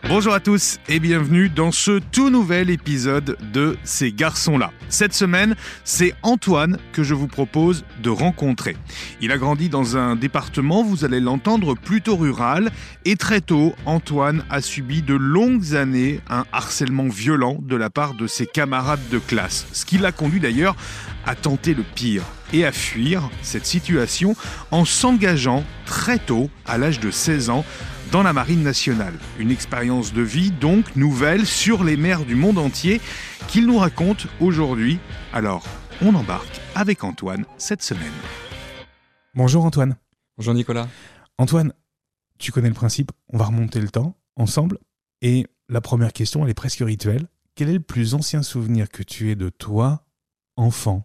Bonjour à tous et bienvenue dans ce tout nouvel épisode de Ces garçons-là. Cette semaine, c'est Antoine que je vous propose de rencontrer. Il a grandi dans un département, vous allez l'entendre, plutôt rural. Et très tôt, Antoine a subi de longues années un harcèlement violent de la part de ses camarades de classe. Ce qui l'a conduit d'ailleurs à tenter le pire et à fuir cette situation en s'engageant très tôt, à l'âge de 16 ans, dans la Marine nationale. Une expérience de vie donc nouvelle sur les mers du monde entier qu'il nous raconte aujourd'hui. Alors, on embarque avec Antoine cette semaine. Bonjour Antoine. Bonjour Nicolas. Antoine, tu connais le principe, on va remonter le temps ensemble. Et la première question, elle est presque rituelle. Quel est le plus ancien souvenir que tu aies de toi, enfant ?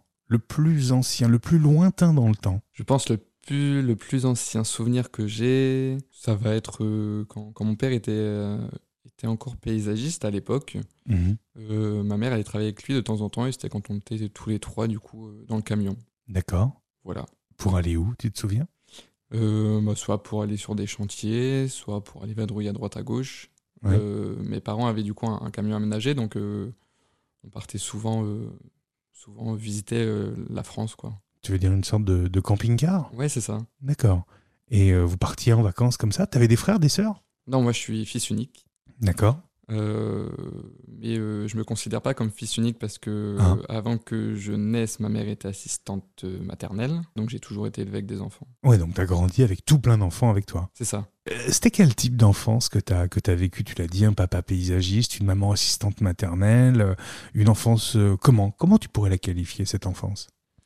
Le plus ancien, le plus lointain dans le temps ? Je pense le plus ancien souvenir que j'ai, ça va être quand mon père était encore paysagiste à l'époque. Ma mère allait travailler avec lui de temps en temps et c'était quand on était tous les trois du coup dans le camion. D'accord. Voilà. Pour aller où, tu te souviens ? Soit pour aller sur des chantiers, soit pour aller vadrouiller à droite à gauche. Ouais. Mes parents avaient du coup un camion aménagé, donc on partait souvent visiter la France, quoi. Tu veux dire une sorte de camping-car ? Ouais, c'est ça. D'accord. Et vous partiez en vacances comme ça ? T'avais des frères, des sœurs ? Non, moi je suis fils unique. D'accord. Mais je me considère pas comme fils unique parce que Ah. avant que je naisse, ma mère était assistante maternelle, donc j'ai toujours été élevé avec des enfants. Ouais, donc t'as grandi avec tout plein d'enfants avec toi. C'est ça. C'était quel type d'enfance que t'as vécu ? Tu l'as dit, un papa paysagiste, une maman assistante maternelle, une enfance... Comment tu pourrais la qualifier, cette enfance ?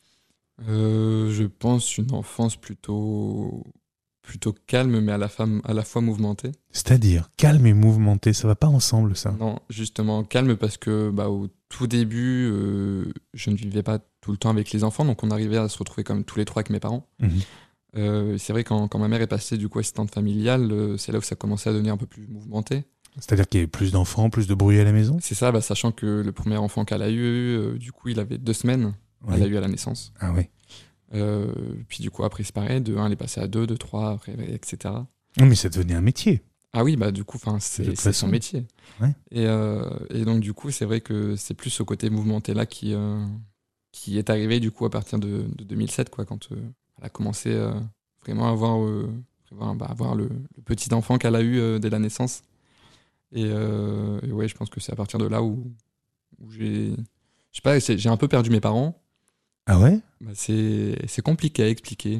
Je pense une enfance plutôt calme, mais à la fois mouvementée. C'est-à-dire, calme et mouvementé, ça va pas ensemble, ça ? Non, justement calme parce que au tout début, je ne vivais pas tout le temps avec les enfants, donc on arrivait à se retrouver comme tous les trois avec mes parents. C'est vrai quand ma mère est passée du coup assistante familiale, c'est là où ça commençait à devenir un peu plus mouvementé. C'est-à-dire qu'il y avait plus d'enfants, plus de bruit à la maison ? C'est ça, sachant que le premier enfant qu'elle a eu, du coup il avait 2 semaines, Oui. elle a eu à la naissance. Ah oui. Puis du coup après c'est pareil, de 1 elle est passée à 2, de 3, après, etc. Non, mais ça devenait un métier. Ah oui, du coup c'est son métier. Ouais. Et donc du coup c'est vrai que c'est plus ce côté mouvementé là qui est arrivé du coup à partir de 2007, quoi, quand elle a commencé vraiment à avoir le petit enfant qu'elle a eu dès la naissance. Et ouais, je pense que c'est à partir de là où j'ai... Je sais pas, j'ai un peu perdu mes parents. Ah ouais ? C'est compliqué à expliquer.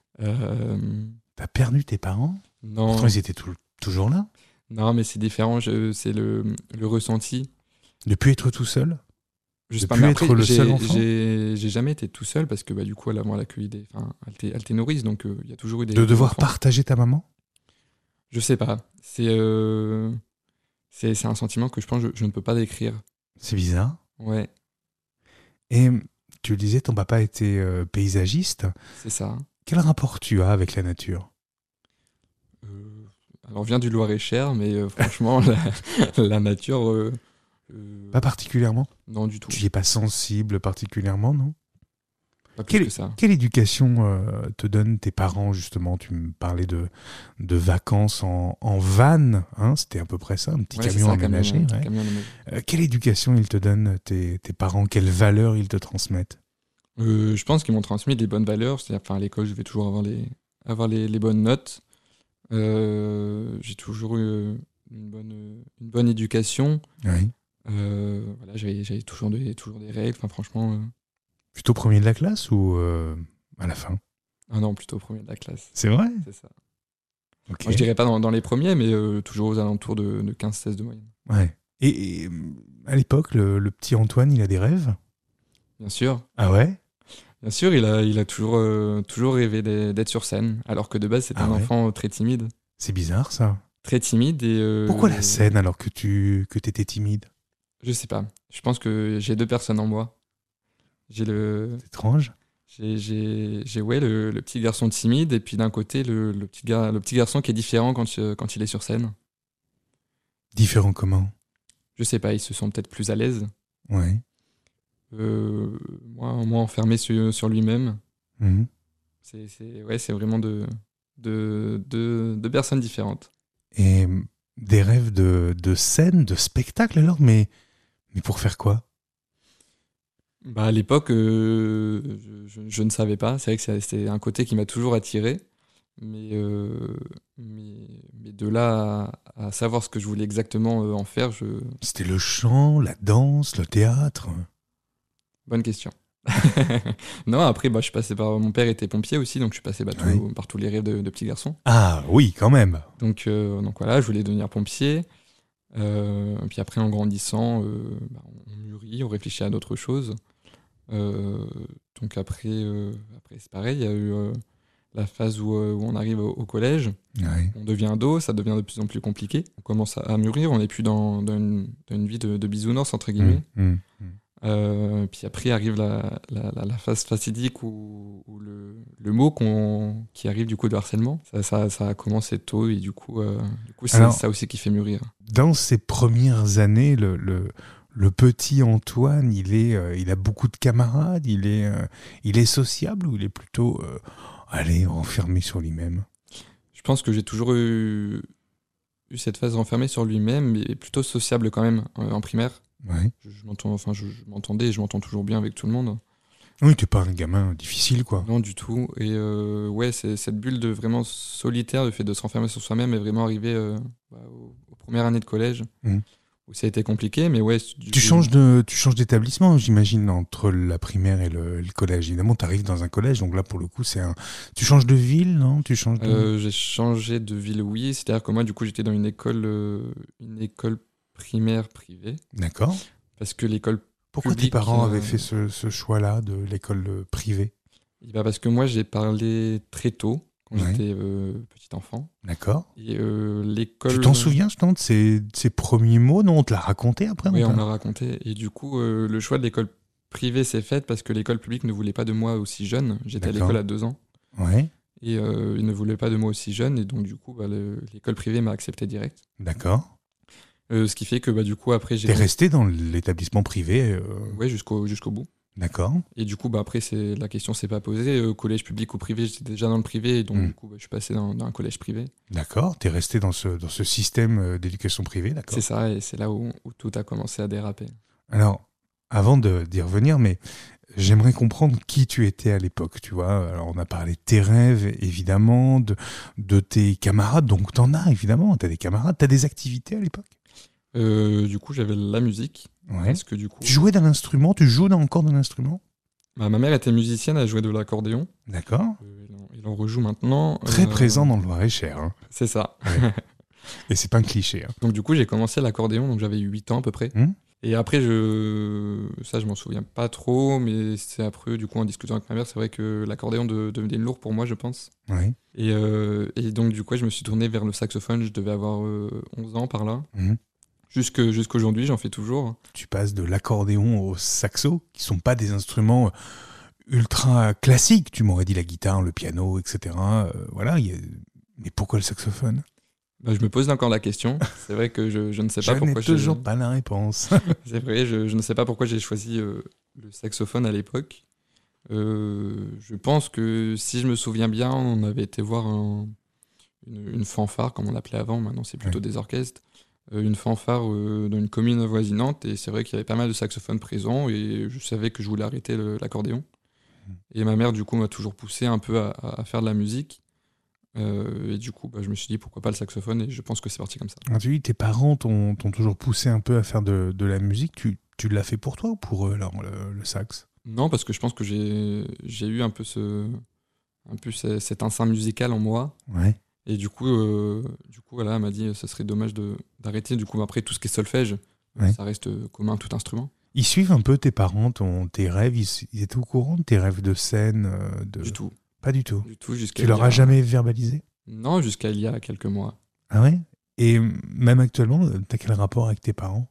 T'as perdu tes parents ? Non, Pourtant, ils étaient toujours là ? non, mais c'est différent. C'est le ressenti. De plus être tout seul ? Je sais De pas, plus mais être après, le seul enfant ? j'ai jamais été tout seul parce que du coup, elle a accueilli elle t'est nourrice, donc il y a toujours eu des De devoir enfants. partager ta maman ? Je sais pas. C'est un sentiment que je pense que je ne peux pas décrire. C'est bizarre. Ouais, Et tu le disais, ton papa était paysagiste. c'est ça. Quel rapport tu as avec la nature ? Alors, on vient du Loir-et-Cher, mais franchement, la nature... Pas particulièrement ? Non, du tout. Tu n'y es pas sensible particulièrement, non ? Pas plus que ça. Quelle éducation te donnent tes parents, justement ? Tu me parlais de vacances en van, hein, c'était à peu près ça, un petit Ouais, c'est camion ça, aménagé. Ouais. camion aménagé. Quelle éducation ils te donnent, tes parents ? Quelles valeurs ils te transmettent ? Je pense qu'ils m'ont transmis des bonnes valeurs. C'est-à-dire, à l'école, je vais toujours avoir les bonnes notes. J'ai toujours eu une bonne éducation. Oui. Voilà, j'avais toujours des règles. Franchement... Plutôt premier de la classe ou à la fin ? Ah non, plutôt premier de la classe. C'est vrai ? C'est ça. Ok. Moi, je dirais pas dans les premiers, mais toujours aux alentours de 15-16 de moyenne. Ouais. Et à l'époque, le petit Antoine, il a des rêves ? Bien sûr. Ah ouais ? Bien sûr, il a toujours rêvé d'être sur scène, alors que de base, c'était un enfant très timide. C'est bizarre, ça. Très timide et... Pourquoi la scène alors que t'étais timide ? Je sais pas. Je pense que j'ai 2 personnes en moi. C'est étrange. J'ai le petit garçon timide et puis d'un côté le petit garçon qui est différent quand il est sur scène. Différent comment ? Je sais pas, il se sent peut-être plus à l'aise. Ouais. Moins enfermé sur lui-même. Mhm. C'est vraiment deux personnes différentes. Et Des rêves de scène, de spectacle alors, mais pour faire quoi? Bah, à l'époque, je ne savais pas. C'est vrai que c'était un côté qui m'a toujours attiré. Mais, mais de là à savoir ce que je voulais exactement en faire, C'était le chant, la danse, le théâtre? bonne question. Non, après, bah, je suis passé par. Mon père était pompier aussi, donc je suis passé Ouais. par tous les rêves de petit garçon. Ah oui, quand même. Donc voilà, je voulais devenir pompier. Puis après, en grandissant, bah, on mûrit, on réfléchit à d'autres choses. Euh, donc après c'est pareil, il y a eu la phase où on arrive au collège. Ouais. On devient ado, ça devient de plus en plus compliqué. On commence à mûrir, on n'est plus dans une vie de bisounours, entre guillemets. Puis après arrive la phase fatidique où le mot qui arrive du coup de harcèlement. Ça a commencé tôt et du coup c'est Alors, ça aussi qui fait mûrir. dans ces premières années, le petit Antoine, il a beaucoup de camarades, il est sociable ou il est plutôt, allez, renfermé sur lui-même? Je pense que j'ai toujours eu cette phase renfermée sur lui-même, mais plutôt sociable quand même en primaire. Ouais. Je m'entendais et je m'entends toujours bien avec tout le monde. Oui, t'es pas un gamin difficile, quoi. Non, du tout. Et ouais, c'est cette bulle de vraiment solitaire, le fait de se renfermer sur soi-même, est vraiment arrivé aux premières années de collège, Mhm. où ça a été compliqué, mais ouais. Tu changes d'établissement, j'imagine, entre la primaire et le collège. Évidemment, t'arrives dans un collège, donc là, pour le coup, tu changes de ville, non? Tu changes de... J'ai changé de ville, oui. C'est-à-dire que moi, du coup, j'étais dans une école primaire privée, D'accord. parce que l'école Pourquoi tes publique... parents avaient fait ce choix-là de l'école privée? Eh ben, parce que moi, j'ai parlé très tôt, quand Ouais. j'étais petit enfant. D'accord. Et l'école... Tu t'en souviens, justement, de ces premiers mots? Non, on te l'a raconté après? Oui, on me l'a raconté. Et du coup, le choix de l'école privée s'est fait parce que l'école publique ne voulait pas de moi aussi jeune. J'étais à D'accord. l'école à 2 ans. Ouais, Et ils ne voulaient pas de moi aussi jeune. Et donc, du coup, bah, l'école privée m'a accepté direct. d'accord. Ce qui fait que, bah, du coup, après, j'ai... T'es resté dans l'établissement privé? Ouais, jusqu'au bout. D'accord. Et du coup, bah, après, la question s'est pas posée. Collège public ou privé, j'étais déjà dans le privé. Et donc, du coup, bah, je suis passé dans un collège privé. D'accord. T'es resté dans ce système d'éducation privée, d'accord. C'est ça. Et c'est là où tout a commencé à déraper. Alors, avant d'y revenir, mais j'aimerais comprendre qui tu étais à l'époque, tu vois. Alors, on a parlé de tes rêves, évidemment, de tes camarades. Donc, t'en as, évidemment. T'as des camarades. T'as des activités à l'époque? Du coup, j'avais la musique. Ouais. Parce que du coup... Tu jouais d'un instrument? Tu joues encore d'un instrument? Bah, ma mère était musicienne, elle jouait de l'accordéon. D'accord. Il en rejoue maintenant. Très présent dans le Loir-et-Cher. Hein. C'est ça. Ouais. Et c'est pas un cliché. Hein. Donc du coup, j'ai commencé l'accordéon, donc j'avais 8 ans à peu près. Et après, ça, je m'en souviens pas trop, mais c'est après, du coup, en discutant avec ma mère, c'est vrai que l'accordéon devenait lourd pour moi, je pense. Ouais. Et donc, du coup, je me suis tourné vers le saxophone, je devais avoir 11 ans par là. Jusqu'aujourd'hui, j'en fais toujours. Tu passes de l'accordéon au saxo, qui sont pas des instruments ultra classiques. Tu m'aurais dit la guitare, le piano, etc. Voilà. Mais pourquoi le saxophone? Bah, je me pose encore la question. C'est vrai que je ne sais pas pourquoi Je n'ai toujours pas la réponse. C'est vrai, je ne sais pas pourquoi j'ai choisi le saxophone à l'époque. Je pense que si je me souviens bien, on avait été voir une fanfare, comme on l'appelait avant. Maintenant, c'est plutôt des orchestres. Une fanfare dans une commune avoisinante. Et c'est vrai qu'il y avait pas mal de saxophones présents. Et je savais que je voulais arrêter l'accordéon. Et ma mère, du coup, m'a toujours poussé un peu à faire de la musique. Et du coup, bah, je me suis dit pourquoi pas le saxophone, et je pense que c'est parti comme ça. Alors, tu dis, tes parents t'ont toujours poussé un peu à faire de la musique. Tu l'as fait pour toi ou pour eux, alors, le sax? Non, parce que je pense que j'ai eu un peu cet instinct musical en moi. Ouais. Et du coup voilà, elle m'a dit ce serait dommage d'arrêter. Du coup, après, tout ce qui est solfège, ça reste commun à tout instrument. Ils suivent un peu tes parents, tes rêves. Ils étaient au courant de tes rêves de scène Du tout. Pas du tout. Tu leur as jamais verbalisé? Non, jusqu'à il y a quelques mois. Ah ouais? Et même actuellement, t'as quel rapport avec tes parents?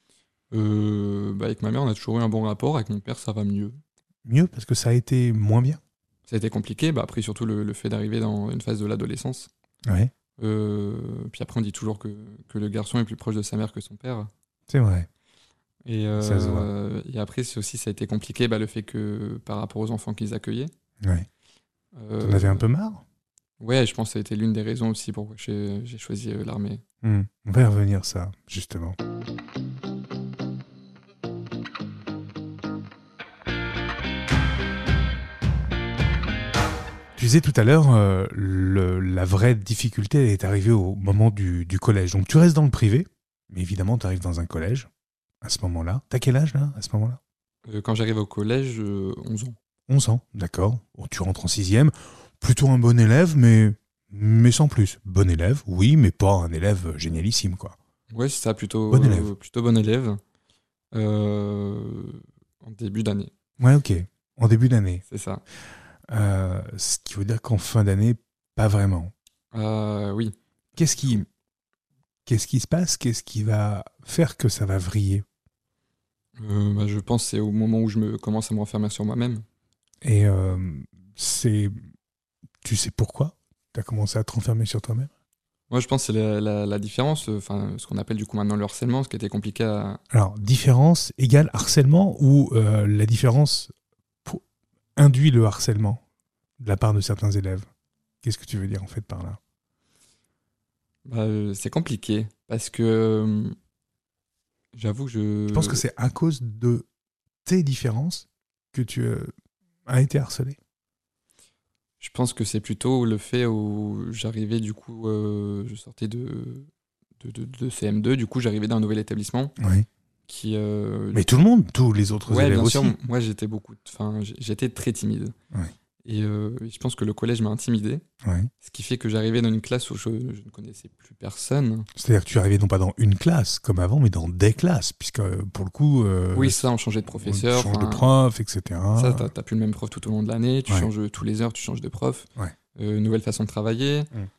Avec ma mère, on a toujours eu un bon rapport. Avec mon père, ça va mieux. Mieux, parce que ça a été moins bien? Ça a été compliqué. Après, surtout le fait d'arriver dans une phase de l'adolescence. Ouais. Puis après, on dit toujours que le garçon est plus proche de sa mère que son père. C'est vrai. Et, ça se voit. Et après, ça a été compliqué le fait que par rapport aux enfants qu'ils accueillaient. Ouais. T'en avais un peu marre? Ouais, je pense que ça a été l'une des raisons aussi pourquoi j'ai choisi l'armée. On va y revenir ça, justement. Tu disais tout à l'heure, la vraie difficulté elle est arrivée au moment du collège. Donc tu restes dans le privé, mais évidemment tu arrives dans un collège à ce moment-là. T'as quel âge là, à ce moment-là? Quand j'arrive au collège, 11 ans. 11 ans, d'accord. Bon, tu rentres en sixième, plutôt un bon élève, mais sans plus. Bon élève, oui, mais pas un élève génialissime, quoi. Ouais, c'est ça, Bon élève. plutôt bon élève. En début d'année, Ouais, ok. En début d'année. c'est ça. Ce qui veut dire qu'en fin d'année, pas vraiment. Oui. Qu'est-ce qui se passe? Qu'est-ce qui va faire que ça va vriller? Je pense que c'est au moment où je commence à me renfermer sur moi-même. Et tu sais pourquoi tu as commencé à te renfermer sur toi-même? Moi, je pense que c'est la différence, ce qu'on appelle du coup maintenant le harcèlement, ce qui était compliqué à... Alors, différence égale harcèlement ou la différence induit le harcèlement de la part de certains élèves? Qu'est-ce que tu veux dire en fait par là? C'est compliqué parce que j'avoue que Je pense que c'est à cause de tes différences que tu as été harcelé. Je pense que c'est plutôt le fait où j'arrivais du coup, je sortais de CM2, du coup j'arrivais d'un nouvel établissement Oui. qui... Mais tout le monde, tous les autres ouais, élèves bien aussi. sûr, moi j'étais très timide. Ouais. Et je pense que le collège m'a intimidé, Ouais. ce qui fait que j'arrivais dans une classe où je ne connaissais plus personne. C'est-à-dire que tu arrivais non pas dans une classe comme avant, mais dans des classes, puisque pour le coup, Oui, ça, on changeait de professeur. tu changes de prof, etc. Ça, t'as plus le même prof tout au long de l'année, tu Ouais. changes tous les heures, tu changes de prof. Ouais. Nouvelle façon de travailler.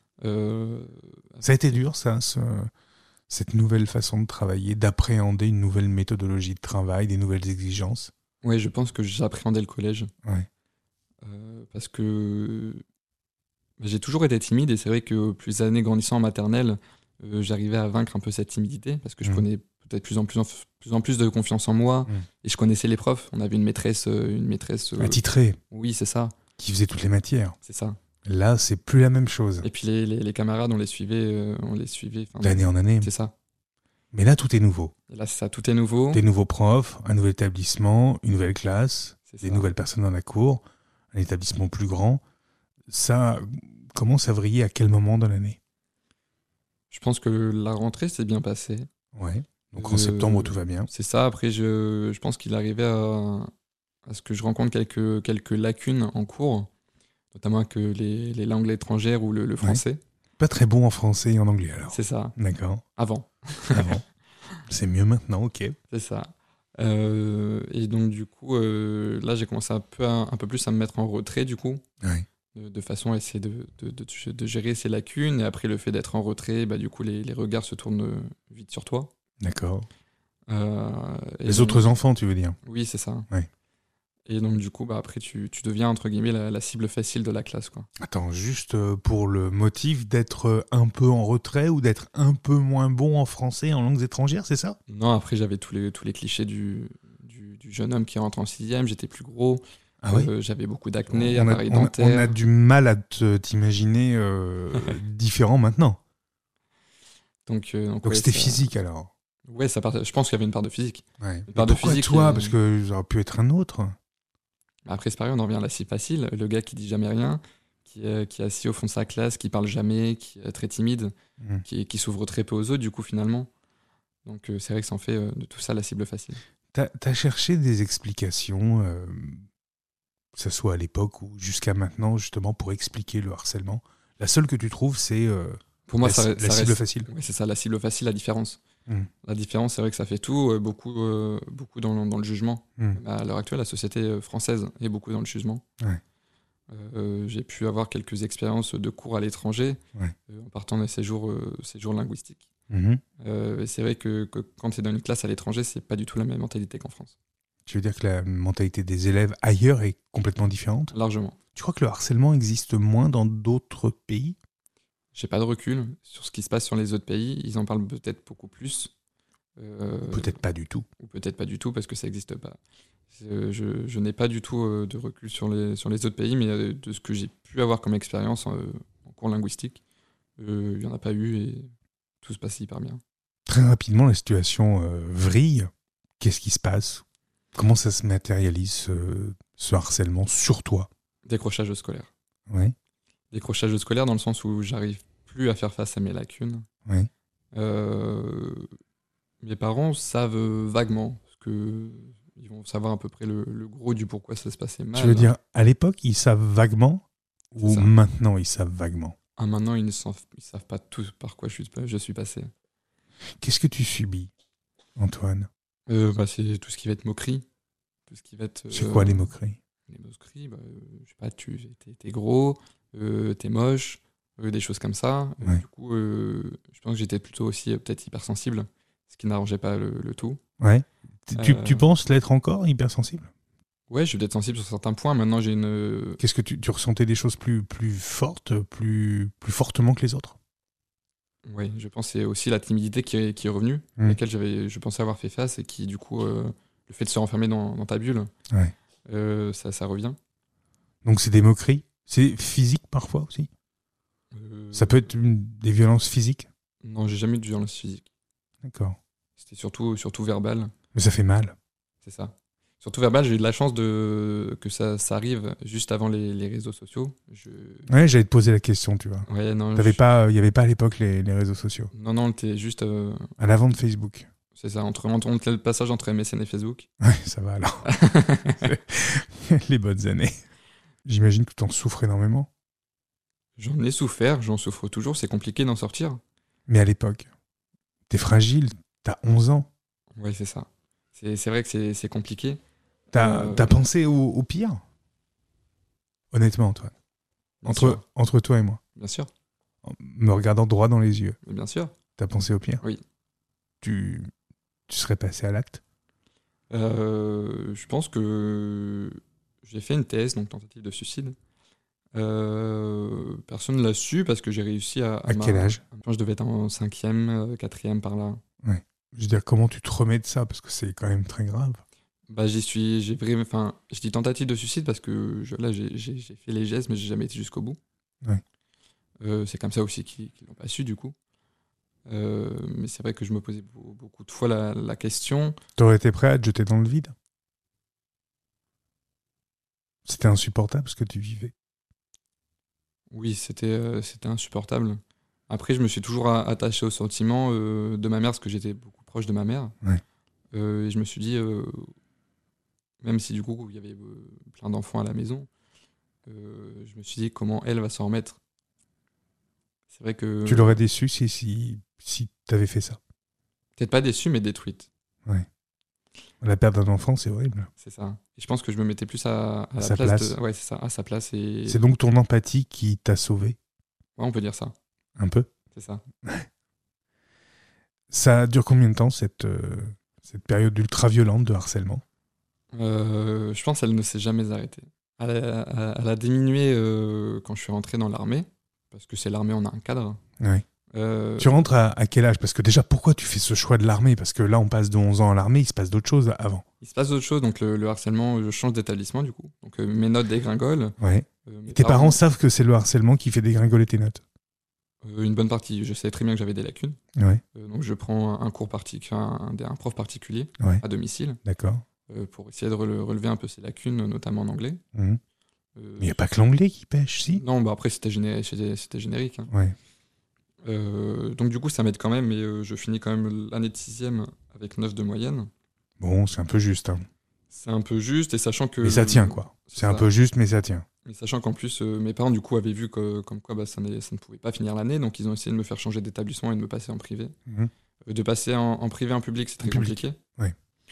Ça a été dur, ça, cette nouvelle façon de travailler, d'appréhender une nouvelle méthodologie de travail, des nouvelles exigences. Ouais, je pense que j'appréhendais le collège. Ouais. Parce que j'ai toujours été timide et c'est vrai que plus les années grandissant en maternelle, j'arrivais à vaincre un peu cette timidité parce que je prenais peut-être plus en plus de confiance en moi et je connaissais les profs. On avait une maîtresse Attitrée, oui, c'est ça. qui faisait toutes les matières. C'est ça. Là, c'est plus la même chose. Et puis les camarades, on les suivait. D'année en année. C'est ça. Mais là, tout est nouveau. Et là, c'est ça, tout est nouveau. Des nouveaux profs, un nouvel établissement, une nouvelle classe, des nouvelles personnes dans la cour, un établissement plus grand. Ça commence à vriller à quel moment dans l'année? Je pense que la rentrée s'est bien passée. Ouais. Donc en septembre, tout va bien. C'est ça. Après, je pense qu'il arrivait à ce que je rencontre quelques lacunes en cours, notamment avec les langues étrangères ou le français. Ouais. Pas très bon en français et en anglais alors. C'est ça. D'accord. Avant. C'est mieux maintenant, ok. C'est ça. Et donc du coup, là j'ai commencé un peu plus à me mettre en retrait du coup, de façon à essayer de gérer ces lacunes. Et après le fait d'être en retrait, du coup les regards se tournent vite sur toi. D'accord. Les autres enfants, tu veux dire? Oui, c'est ça. Ouais. Et donc du coup, après tu deviens entre guillemets la cible facile de la classe, quoi. Attends, juste pour le motif d'être un peu en retrait ou d'être un peu moins bon en français, en langues étrangères, c'est ça? Non, après j'avais tous les clichés du jeune homme qui rentre en sixième, j'étais plus gros, j'avais beaucoup d'acné, appareil dentaire. On a du mal à t'imaginer différent maintenant. Donc c'était physique alors? Ouais, je pense qu'il y avait une part de physique. Ouais. Une part de physique, toi? Parce que ça aurait pu être un autre. Après, c'est pareil, on en revient à la cible facile. Le gars qui dit jamais rien, qui est assis au fond de sa classe, qui parle jamais, qui est très timide, qui s'ouvre très peu aux autres, du coup, finalement. Donc, c'est vrai que ça en fait de tout ça la cible facile. T'as cherché des explications, que ce soit à l'époque ou jusqu'à maintenant, justement, pour expliquer le harcèlement. La seule que tu trouves, c'est pour moi, la cible facile. Oui, c'est ça, la cible facile, la différence. La différence, c'est vrai que ça fait tout, beaucoup dans le jugement. À l'heure actuelle, la société française est beaucoup dans le jugement. Ouais. J'ai pu avoir quelques expériences de cours à l'étranger, en partant des séjours linguistiques. C'est vrai que quand tu es dans une classe à l'étranger, c'est pas du tout la même mentalité qu'en France. Tu veux dire que la mentalité des élèves ailleurs est complètement différente? Largement. Tu crois que le harcèlement existe moins dans d'autres pays? J'ai pas de recul sur ce qui se passe sur les autres pays. Ils en parlent peut-être beaucoup plus. Peut-être pas du tout. Ou peut-être pas du tout parce que ça n'existe pas. Je n'ai pas du tout de recul sur les autres pays, mais de ce que j'ai pu avoir comme expérience en cours linguistique. Il n'y en a pas eu et tout se passe hyper bien. Très rapidement, la situation vrille. Qu'est-ce qui se passe? Comment ça se matérialise, ce harcèlement sur toi? Décrochage scolaire. Ouais. Décrochage scolaire dans le sens où j'arrive plus à faire face à mes lacunes. Ouais. Mes parents savent vaguement, parce que ils vont savoir à peu près le gros du pourquoi ça se passait mal. Tu veux dire, à l'époque, ils savent vaguement ou ça. maintenant, ils savent vaguement? Ah, maintenant, ils savent pas tous par quoi je suis passé. Qu'est-ce que tu subis, Antoine? C'est tout ce qui va être moquerie. Tout ce qui va être, C'est quoi les moqueries? Les moqueries, je sais pas, t'es gros, t'es moche, des choses comme ça. Ouais. Du coup, je pense que j'étais plutôt aussi peut-être hypersensible, ce qui n'arrangeait pas le tout. Ouais. Tu penses l'être encore, hypersensible? Ouais, je suis peut-être sensible sur certains points. Maintenant, j'ai une... Qu'est-ce que tu ressentais des choses plus fortes, plus fortement que les autres? Oui, je pense que c'est aussi la timidité qui est revenue, à laquelle je pensais avoir fait face et qui, du coup, le fait de se renfermer dans ta bulle, ouais. Ça revient. Donc c'est des moqueries? C'est physique parfois aussi? Ça peut être des violences physiques? Non, j'ai jamais eu de violence physique. D'accord. C'était surtout verbal. Mais ça fait mal. C'est ça. Surtout verbal, j'ai eu de la chance que ça arrive juste avant les réseaux sociaux. Ouais, j'allais te poser la question, tu vois. Ouais, non. Il n'y avait pas à l'époque les réseaux sociaux. Non, t'es juste... À l'avant de Facebook. C'est ça, entre le passage entre MSN et Facebook. Ouais, ça va alors. Les bonnes années. J'imagine que tu en souffres énormément. J'en ai souffert, j'en souffre toujours, c'est compliqué d'en sortir. Mais à l'époque, t'es fragile, t'as 11 ans. Ouais, c'est ça. C'est vrai que c'est compliqué. T'as pensé au pire? Honnêtement, Antoine. Entre toi et moi. Bien sûr. En me regardant droit dans les yeux. Mais bien sûr. T'as pensé au pire? Oui. Tu serais passé à l'acte? Je pense que j'ai fait une thèse, donc tentative de suicide. Personne ne l'a su parce que j'ai réussi à quel âge? Quand je devais être en 5e, 4e par là. Ouais. Je veux dire, comment tu te remets de ça? Parce que c'est quand même très grave. Je dis tentative de suicide parce que j'ai fait les gestes, mais j'ai jamais été jusqu'au bout. Ouais. C'est comme ça aussi qu'ils l'ont pas su, du coup. Mais c'est vrai que je me posais beaucoup de fois la question. T'aurais été prêt à te jeter dans le vide? C'était insupportable ce que tu vivais. Oui, c'était insupportable. Après, je me suis toujours attaché au sentiment de ma mère, parce que j'étais beaucoup proche de ma mère. Ouais. Et je me suis dit, même si du coup, il y avait plein d'enfants à la maison, je me suis dit comment elle va s'en remettre. C'est vrai que... Tu l'aurais déçu si t'avais fait ça? Peut-être pas déçu, mais détruite. Ouais. La perte d'un enfant, c'est horrible. C'est ça. Et je pense que je me mettais plus à la sa place. Ouais, c'est ça, à sa place. Et... C'est donc ton empathie qui t'a sauvé? Ouais, on peut dire ça. Un peu? C'est ça. Ça dure combien de temps, cette période ultra-violente de harcèlement? Je pense qu'elle ne s'est jamais arrêtée. Elle a diminué quand je suis rentré dans l'armée, parce que c'est l'armée, on a un cadre. Ouais. Tu rentres à quel âge? Parce que déjà, pourquoi tu fais ce choix de l'armée? Parce que là, on passe de 11 ans à l'armée, il se passe d'autres choses avant. Il se passe d'autres choses, donc le harcèlement, je change d'établissement du coup. Donc mes notes dégringolent. Ouais. Tes parents savent que c'est le harcèlement qui fait dégringoler tes notes? Une bonne partie. Je savais très bien que j'avais des lacunes. Ouais. Donc je prends un cours un prof particulier à domicile. D'accord. Pour essayer de relever un peu ces lacunes, notamment en anglais. Mmh. Mais il n'y a pas que l'anglais qui pêche, si? Non, après c'était générique. Hein. Ouais. Donc du coup ça m'aide quand même, mais je finis quand même l'année de 6e avec 9 de moyenne. Bon, c'est un peu juste. Hein. C'est un peu juste, et sachant que... Mais ça tient, quoi. C'est un peu juste, mais ça tient. Et sachant qu'en plus, mes parents du coup avaient vu comme quoi ça ne pouvait pas finir l'année, donc ils ont essayé de me faire changer d'établissement et de me passer en privé. Mmh. De passer en privé en public, c'est très compliqué. Ouais.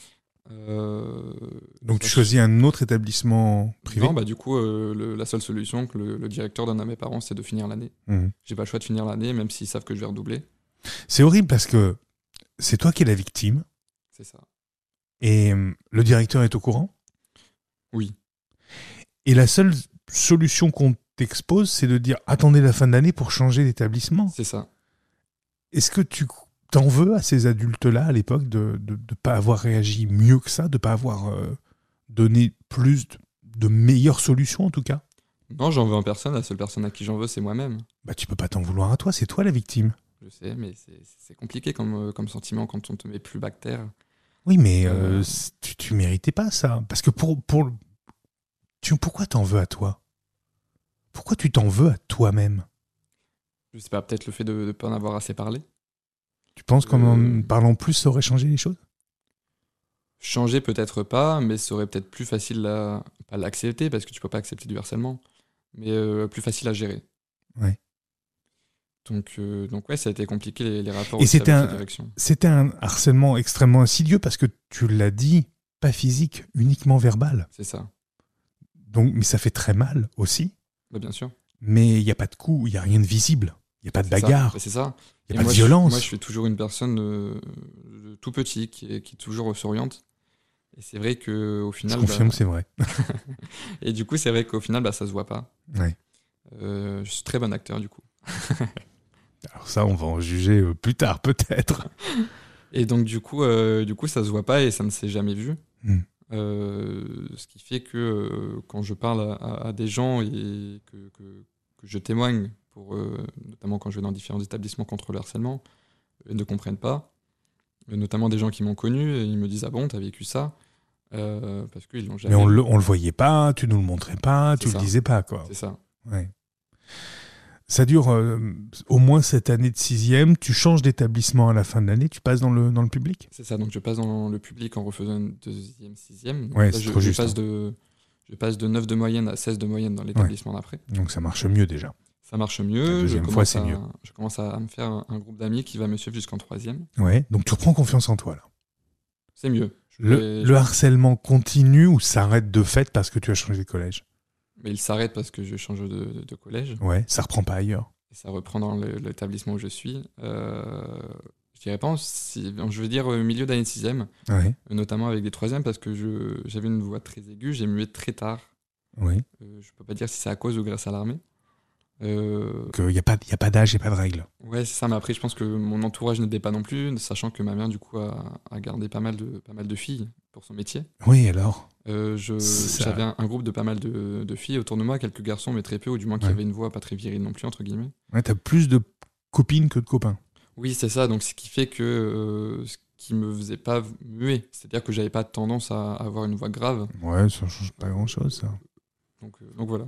Donc tu choisis un autre établissement privé? Non, du coup, la seule solution que le directeur donne à mes parents, c'est de finir l'année. Mmh. J'ai pas le choix de finir l'année, même s'ils savent que je vais redoubler. C'est horrible parce que c'est toi qui es la victime. C'est ça. Et le directeur est au courant? Oui. Et la seule solution qu'on t'expose, c'est de dire attendez la fin de l'année pour changer d'établissement. C'est ça. Est-ce que tu t'en veux à ces adultes-là à l'époque de pas avoir réagi mieux que ça, de pas avoir donné plus de meilleures solutions en tout cas? Non, j'en veux en personne. La seule personne à qui j'en veux, c'est moi-même. Bah, tu peux pas t'en vouloir à toi, c'est toi la victime. Je sais, mais c'est compliqué comme sentiment quand on te met plus bactère. Oui, mais Euh, tu méritais pas ça. Parce que pourquoi t'en veux à toi? Pourquoi tu t'en veux à toi-même? je sais pas, peut-être le fait de ne pas en avoir assez parlé. Tu penses qu'en Euh, en parlant plus, ça aurait changé les choses? Changer peut-être pas, mais ça aurait peut-être plus facile à pas l'accepter parce que tu peux pas accepter du harcèlement, mais plus facile à gérer. Ouais. Donc ouais, ça a été compliqué les rapports Et aussi avec la direction. c'était un harcèlement extrêmement insidieux parce que tu l'as dit, pas physique, uniquement verbal. C'est ça. Donc, mais ça fait très mal aussi. Bah, bien sûr. Mais il n'y a pas de coup, il n'y a rien de visible. Il n'y a pas de C'est ça. bagarre, Bah, c'est ça. il Et n'y a pas moi, de violence. moi, je suis toujours une personne tout petit qui toujours s'oriente. Et c'est vrai que au Je final, confirme, c'est vrai. et du coup, c'est vrai qu'au final, ça se voit pas. Ouais. Je suis très bon acteur du coup. Alors ça, on va en juger plus tard, peut-être. Et donc du coup, ça se voit pas et ça ne s'est jamais vu. Hmm. Ce qui fait que quand je parle à des gens et que je témoigne, notamment quand je vais dans différents établissements contre le harcèlement, ils ne comprennent pas. Notamment des gens qui m'ont connu, et ils me disent: ah bon, t'as vécu ça? Parce qu'ils l'ont Mais jamais on vu. le voyait pas, tu nous le montrais pas, tu C'est le ça. disais pas, quoi. C'est ça. Ouais. Ça dure au moins cette année de sixième. Tu changes d'établissement à la fin de l'année, tu passes dans le public. C'est ça. Donc je passe dans le public en refaisant une deuxième, sixième. Donc Ouais, là, c'est trop juste. Je passe de 9 de moyenne à 16 de moyenne dans l'établissement d'après. Donc ça marche mieux déjà. Ça marche La mieux. deuxième fois, c'est mieux. Je commence à me faire un groupe d'amis qui va me suivre jusqu'en troisième. Ouais. Donc tu reprends confiance en toi là. C'est mieux. Le harcèlement continue ou s'arrête de fait parce que tu as changé de collège? Mais il s'arrête parce que je change de collège. Ouais, ça reprend pas ailleurs. Et ça reprend dans l'établissement où je suis. Je dirais pas, je veux dire milieu d'année de sixième, Ouais, notamment avec des troisièmes parce que j'avais une voix très aiguë, j'ai mué très tard. oui. Je peux pas dire si c'est à cause ou grâce à l'armée. Qu'il n'y a pas d'âge et pas de règles. Ouais, c'est ça, mais après, je pense que mon entourage n'aidait pas non plus, sachant que ma mère, du coup, a gardé pas mal de filles pour son métier. Oui, alors. J'avais un groupe de pas mal de filles autour de moi, quelques garçons, mais très peu, ou du moins qui Ouais. avaient une voix pas très virile non plus, entre guillemets. Ouais, t'as plus de copines que de copains. Oui, c'est ça, donc ce qui fait que ce qui me faisait pas muer, c'est-à-dire que j'avais pas tendance à avoir une voix grave. Ouais, ça change pas grand-chose, ça. Donc voilà.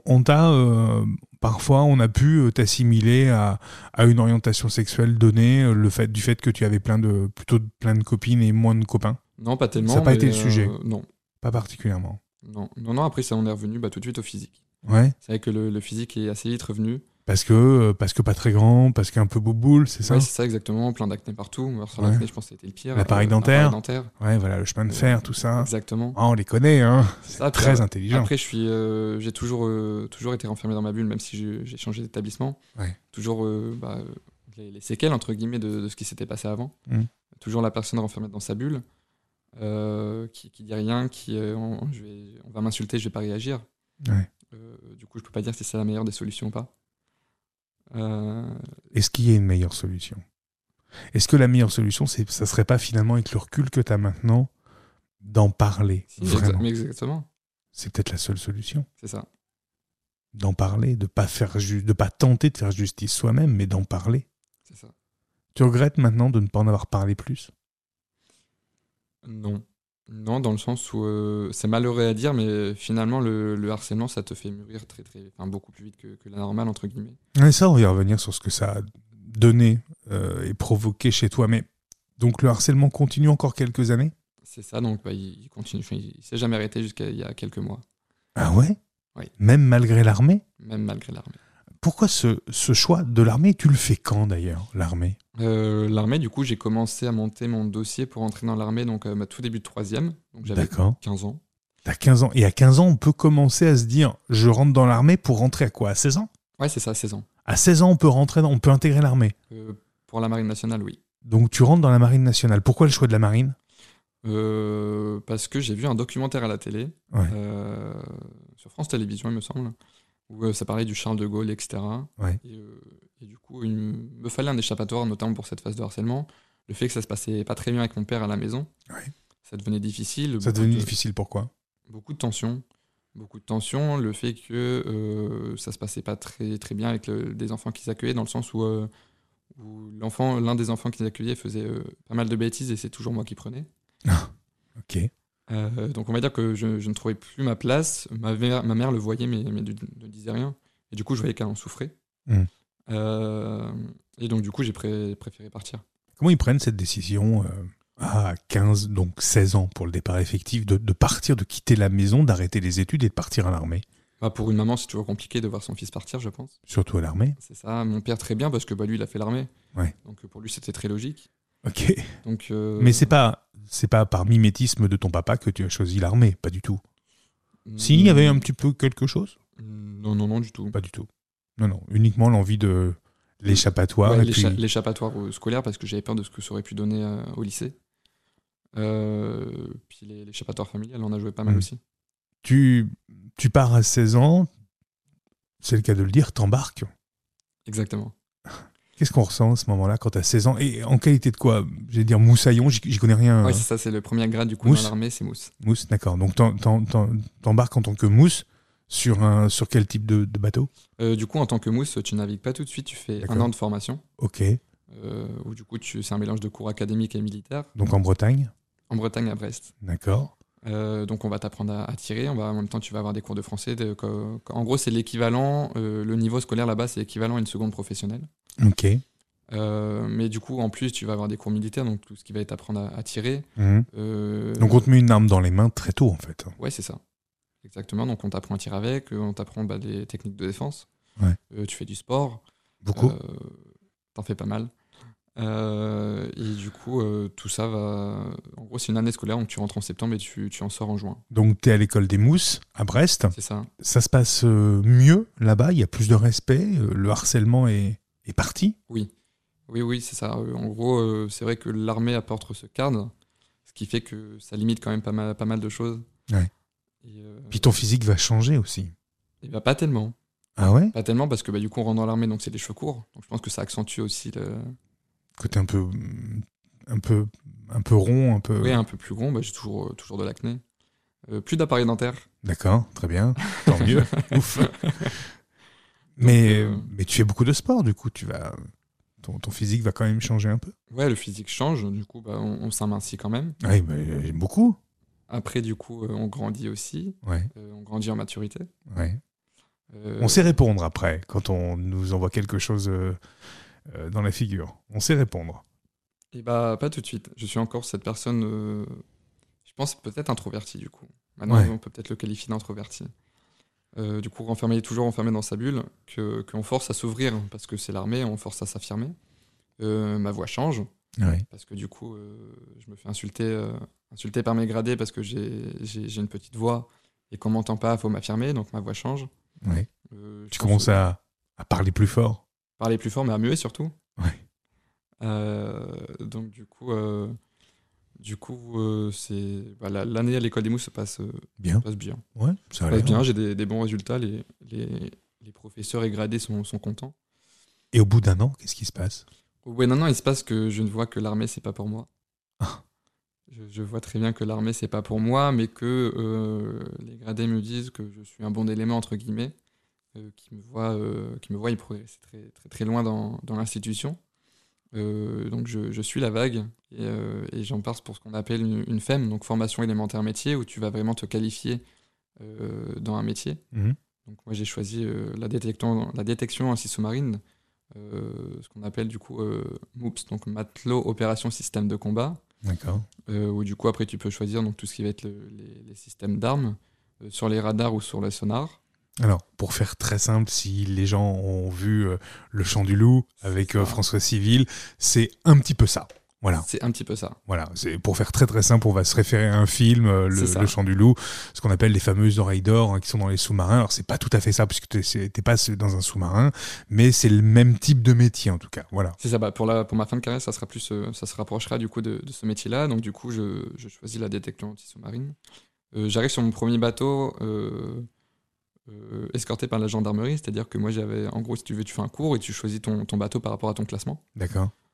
Parfois, on a pu t'assimiler à une orientation sexuelle donnée, du fait que tu avais plutôt plein de copines et moins de copains. Non, pas tellement. Ça n'a pas mais, été le sujet. Non, Pas particulièrement. non, après ça on est revenu tout de suite au physique. Ouais. C'est vrai que le physique est assez vite revenu. Parce que pas très grand, parce qu'un peu bouboule, c'est ça? Ouais, c'est ça exactement, plein d'acné partout. Alors, sur l'acné, je pense que c'était le pire. L'appareil dentaire. L'appareil dentaire. Ouais, voilà, le chemin de fer, tout ça. Exactement. Ah, on les connaît, hein. C'est Ça, très puis, intelligent. Après, j'ai toujours été renfermé dans ma bulle, même si j'ai changé d'établissement. Ouais. Toujours les séquelles, entre guillemets, de ce qui s'était passé avant. Mm. Toujours la personne renfermée dans sa bulle, qui dit rien, on va m'insulter, je vais pas réagir. Ouais. Du coup, je peux pas dire si c'est la meilleure des solutions ou pas. Est-ce qu'il y a une meilleure solution? Est-ce que la meilleure solution, ça serait pas finalement, avec le recul que tu as maintenant, d'en parler vraiment? Mais exactement, C'est peut-être la seule solution. c'est ça. D'en parler, de pas tenter de faire justice soi-même, mais d'en parler. C'est ça. Tu regrettes maintenant de ne pas en avoir parlé plus? Non. Non, dans le sens où c'est malheureux à dire, mais finalement, le harcèlement, ça te fait mûrir beaucoup plus vite que la normale, entre guillemets. Et ça, on va y revenir sur ce que ça a donné et provoqué chez toi. Mais donc le harcèlement continue encore quelques années? C'est ça, donc il continue. Enfin, il s'est jamais arrêté jusqu'à il y a quelques mois, Ah ouais? Oui. Même malgré l'armée? même malgré l'armée. Pourquoi ce choix de l'armée? Tu le fais quand d'ailleurs, l'armée? L'armée, du coup, j'ai commencé à monter mon dossier pour entrer dans l'armée, donc tout début de troisième, donc j'avais D'accord. 15 ans. T'as 15 ans. Et à 15 ans, on peut commencer à se dire, je rentre dans l'armée pour rentrer à quoi? À 16 ans? Ouais, c'est ça, 16 ans. À 16 ans, on peut intégrer l'armée. Pour la marine nationale, oui. Donc tu rentres dans la marine nationale. Pourquoi le choix de la marine? Parce que j'ai vu un documentaire à la télé, Ouais. sur France Télévisions, il me semble, où ça parlait du Charles de Gaulle, etc. Ouais. Et du coup, il me fallait un échappatoire, notamment pour cette phase de harcèlement. Le fait que ça se passait pas très bien avec mon père à la maison, Ouais. ça devenait difficile. Ça devenait difficile, pourquoi? Beaucoup de tensions. beaucoup de tensions, le fait que ça se passait pas très, très bien avec des enfants qu'ils accueillaient, dans le sens où l'un des enfants qu'ils accueillaient faisait pas mal de bêtises et c'est toujours moi qui prenais. Ok. Donc on va dire que je ne trouvais plus ma place. Ma mère le voyait mais ne disait rien. Et du coup, je voyais qu'elle en souffrait. Mm. Et donc du coup, j'ai préféré partir. Comment ils prennent cette décision à 15, donc 16 ans pour le départ effectif, de partir, de quitter la maison, d'arrêter les études et de partir à l'armée? Bah, pour une maman, c'est toujours compliqué de voir son fils partir, je pense. Surtout à l'armée. C'est ça. Mon père, très bien, parce que lui, il a fait l'armée. Ouais. Donc pour lui, c'était très logique. Ok. Donc, Mais c'est pas par mimétisme de ton papa que tu as choisi l'armée, pas du tout. S'il y avait un petit peu quelque chose? Non, du tout. Pas du tout. Non, uniquement l'envie de l'échappatoire. Ouais, et puis... l'échappatoire scolaire, parce que j'avais peur de ce que ça aurait pu donner au lycée. Puis l'échappatoire familial, on a joué pas mal aussi. Tu pars à 16 ans, c'est le cas de le dire, t'embarques. Exactement. Qu'est-ce qu'on ressent à ce moment-là quand t'as 16 ans? Et en qualité de quoi? J'allais dire moussaillon, j'y connais rien. Ouais, c'est ça, c'est le premier grade du coup Mousse. dans l'armée, c'est mousse. Mousse, d'accord. Donc t'embarques en tant que mousse sur quel type de bateau? Du coup, en tant que mousse, tu navigues pas tout de suite, tu fais D'accord. 1 an de formation. Ok. Où du coup, c'est un mélange de cours académiques et militaires. Donc en Bretagne? En Bretagne, à Brest. D'accord. Donc on va t'apprendre à tirer, en même temps tu vas avoir des cours de français. En gros, c'est l'équivalent, le niveau scolaire là-bas, c'est équivalent à une seconde professionnelle. Ok. Mais du coup, en plus, tu vas avoir des cours militaires, donc tout ce qui va être apprendre à tirer. Donc on te met une arme dans les mains très tôt en fait. Ouais, c'est ça. Exactement. Donc on t'apprend à tirer avec, on t'apprend des techniques de défense. Ouais. Tu fais du sport. Beaucoup. T'en fais pas mal. Et du coup, tout ça va. En gros, c'est une année scolaire, donc tu rentres en septembre et tu en sors en juin. Donc tu es à l'école des Mousses, à Brest. C'est ça. Ça se passe mieux là-bas? Il y a plus de respect? Le harcèlement est parti? Oui, c'est ça. En gros, c'est vrai que l'armée apporte ce cadre, ce qui fait que ça limite quand même pas mal de choses. Ouais. Et, puis ton physique va changer aussi. Et bah, pas tellement. Ah ouais? Pas tellement parce que du coup, on rentre dans l'armée, donc c'est les cheveux courts. Donc je pense que ça accentue aussi le. Côté un peu rond, un peu. Oui, un peu plus rond. J'ai toujours de l'acné. Plus d'appareil dentaire. D'accord, très bien. Tant mieux. Ouf. Mais tu fais beaucoup de sport, du coup, ton physique va quand même changer un peu. Ouais, le physique change. Du coup, on s'amincit quand même. Oui, mais beaucoup. Après, du coup, on grandit aussi. Ouais. On grandit en maturité. Ouais. On sait répondre après, quand on nous envoie quelque chose dans la figure. On sait répondre. Et pas tout de suite. Je suis encore cette personne, je pense peut-être introvertie du coup. Maintenant, on peut peut-être le qualifier d'introverti. Du coup, toujours enfermé dans sa bulle, qu'on force à s'ouvrir, parce que c'est l'armée, on force à s'affirmer. Ma voix change, parce que du coup, je me fais insulter par mes gradés parce que j'ai une petite voix et qu'on m'entend pas, il faut m'affirmer, donc ma voix change. Ouais. Tu commences à parler plus fort. Parler plus fort, mais à muer surtout. Ouais. Donc du coup, c'est l'année à l'école des Mousses se passe bien. Ouais, ça se passe bien. J'ai des bons résultats. Les professeurs et gradés sont contents. Et au bout d'un an, qu'est-ce qui se passe? Au bout d'un an, il se passe que je ne vois que l'armée, c'est pas pour moi. Je vois très bien que l'armée, c'est pas pour moi, mais que les gradés me disent que je suis un bon élément entre guillemets, qui me voient y progresser très très très loin dans l'institution. Donc je suis la vague et j'en passe pour ce qu'on appelle une FEM, donc formation élémentaire métier, où tu vas vraiment te qualifier dans un métier. Donc moi j'ai choisi la détection anti-sous-marine, ce qu'on appelle du coup MOOPS, donc matelot opération système de combat. D'accord. Où du coup après tu peux choisir donc tout ce qui va être les systèmes d'armes sur les radars ou sur les sonars. Alors, pour faire très simple, si les gens ont vu Le Chant du Loup avec François Civil, c'est un petit peu ça. Voilà. C'est un petit peu ça. Voilà, c'est pour faire très très simple, on va se référer à un film, le Chant du Loup, ce qu'on appelle les fameuses oreilles d'or qui sont dans les sous-marins. Alors c'est pas tout à fait ça puisque t'es pas dans un sous-marin, mais c'est le même type de métier en tout cas. Voilà. C'est ça. Pour ma fin de carrière, ça se rapprochera du coup de ce métier-là. Donc du coup, je choisis la détection anti-sous-marine. J'arrive sur mon premier bateau. Escorté par la gendarmerie, c'est-à-dire que moi j'avais, en gros, si tu veux, tu fais un cours et tu choisis ton bateau par rapport à ton classement. D'accord.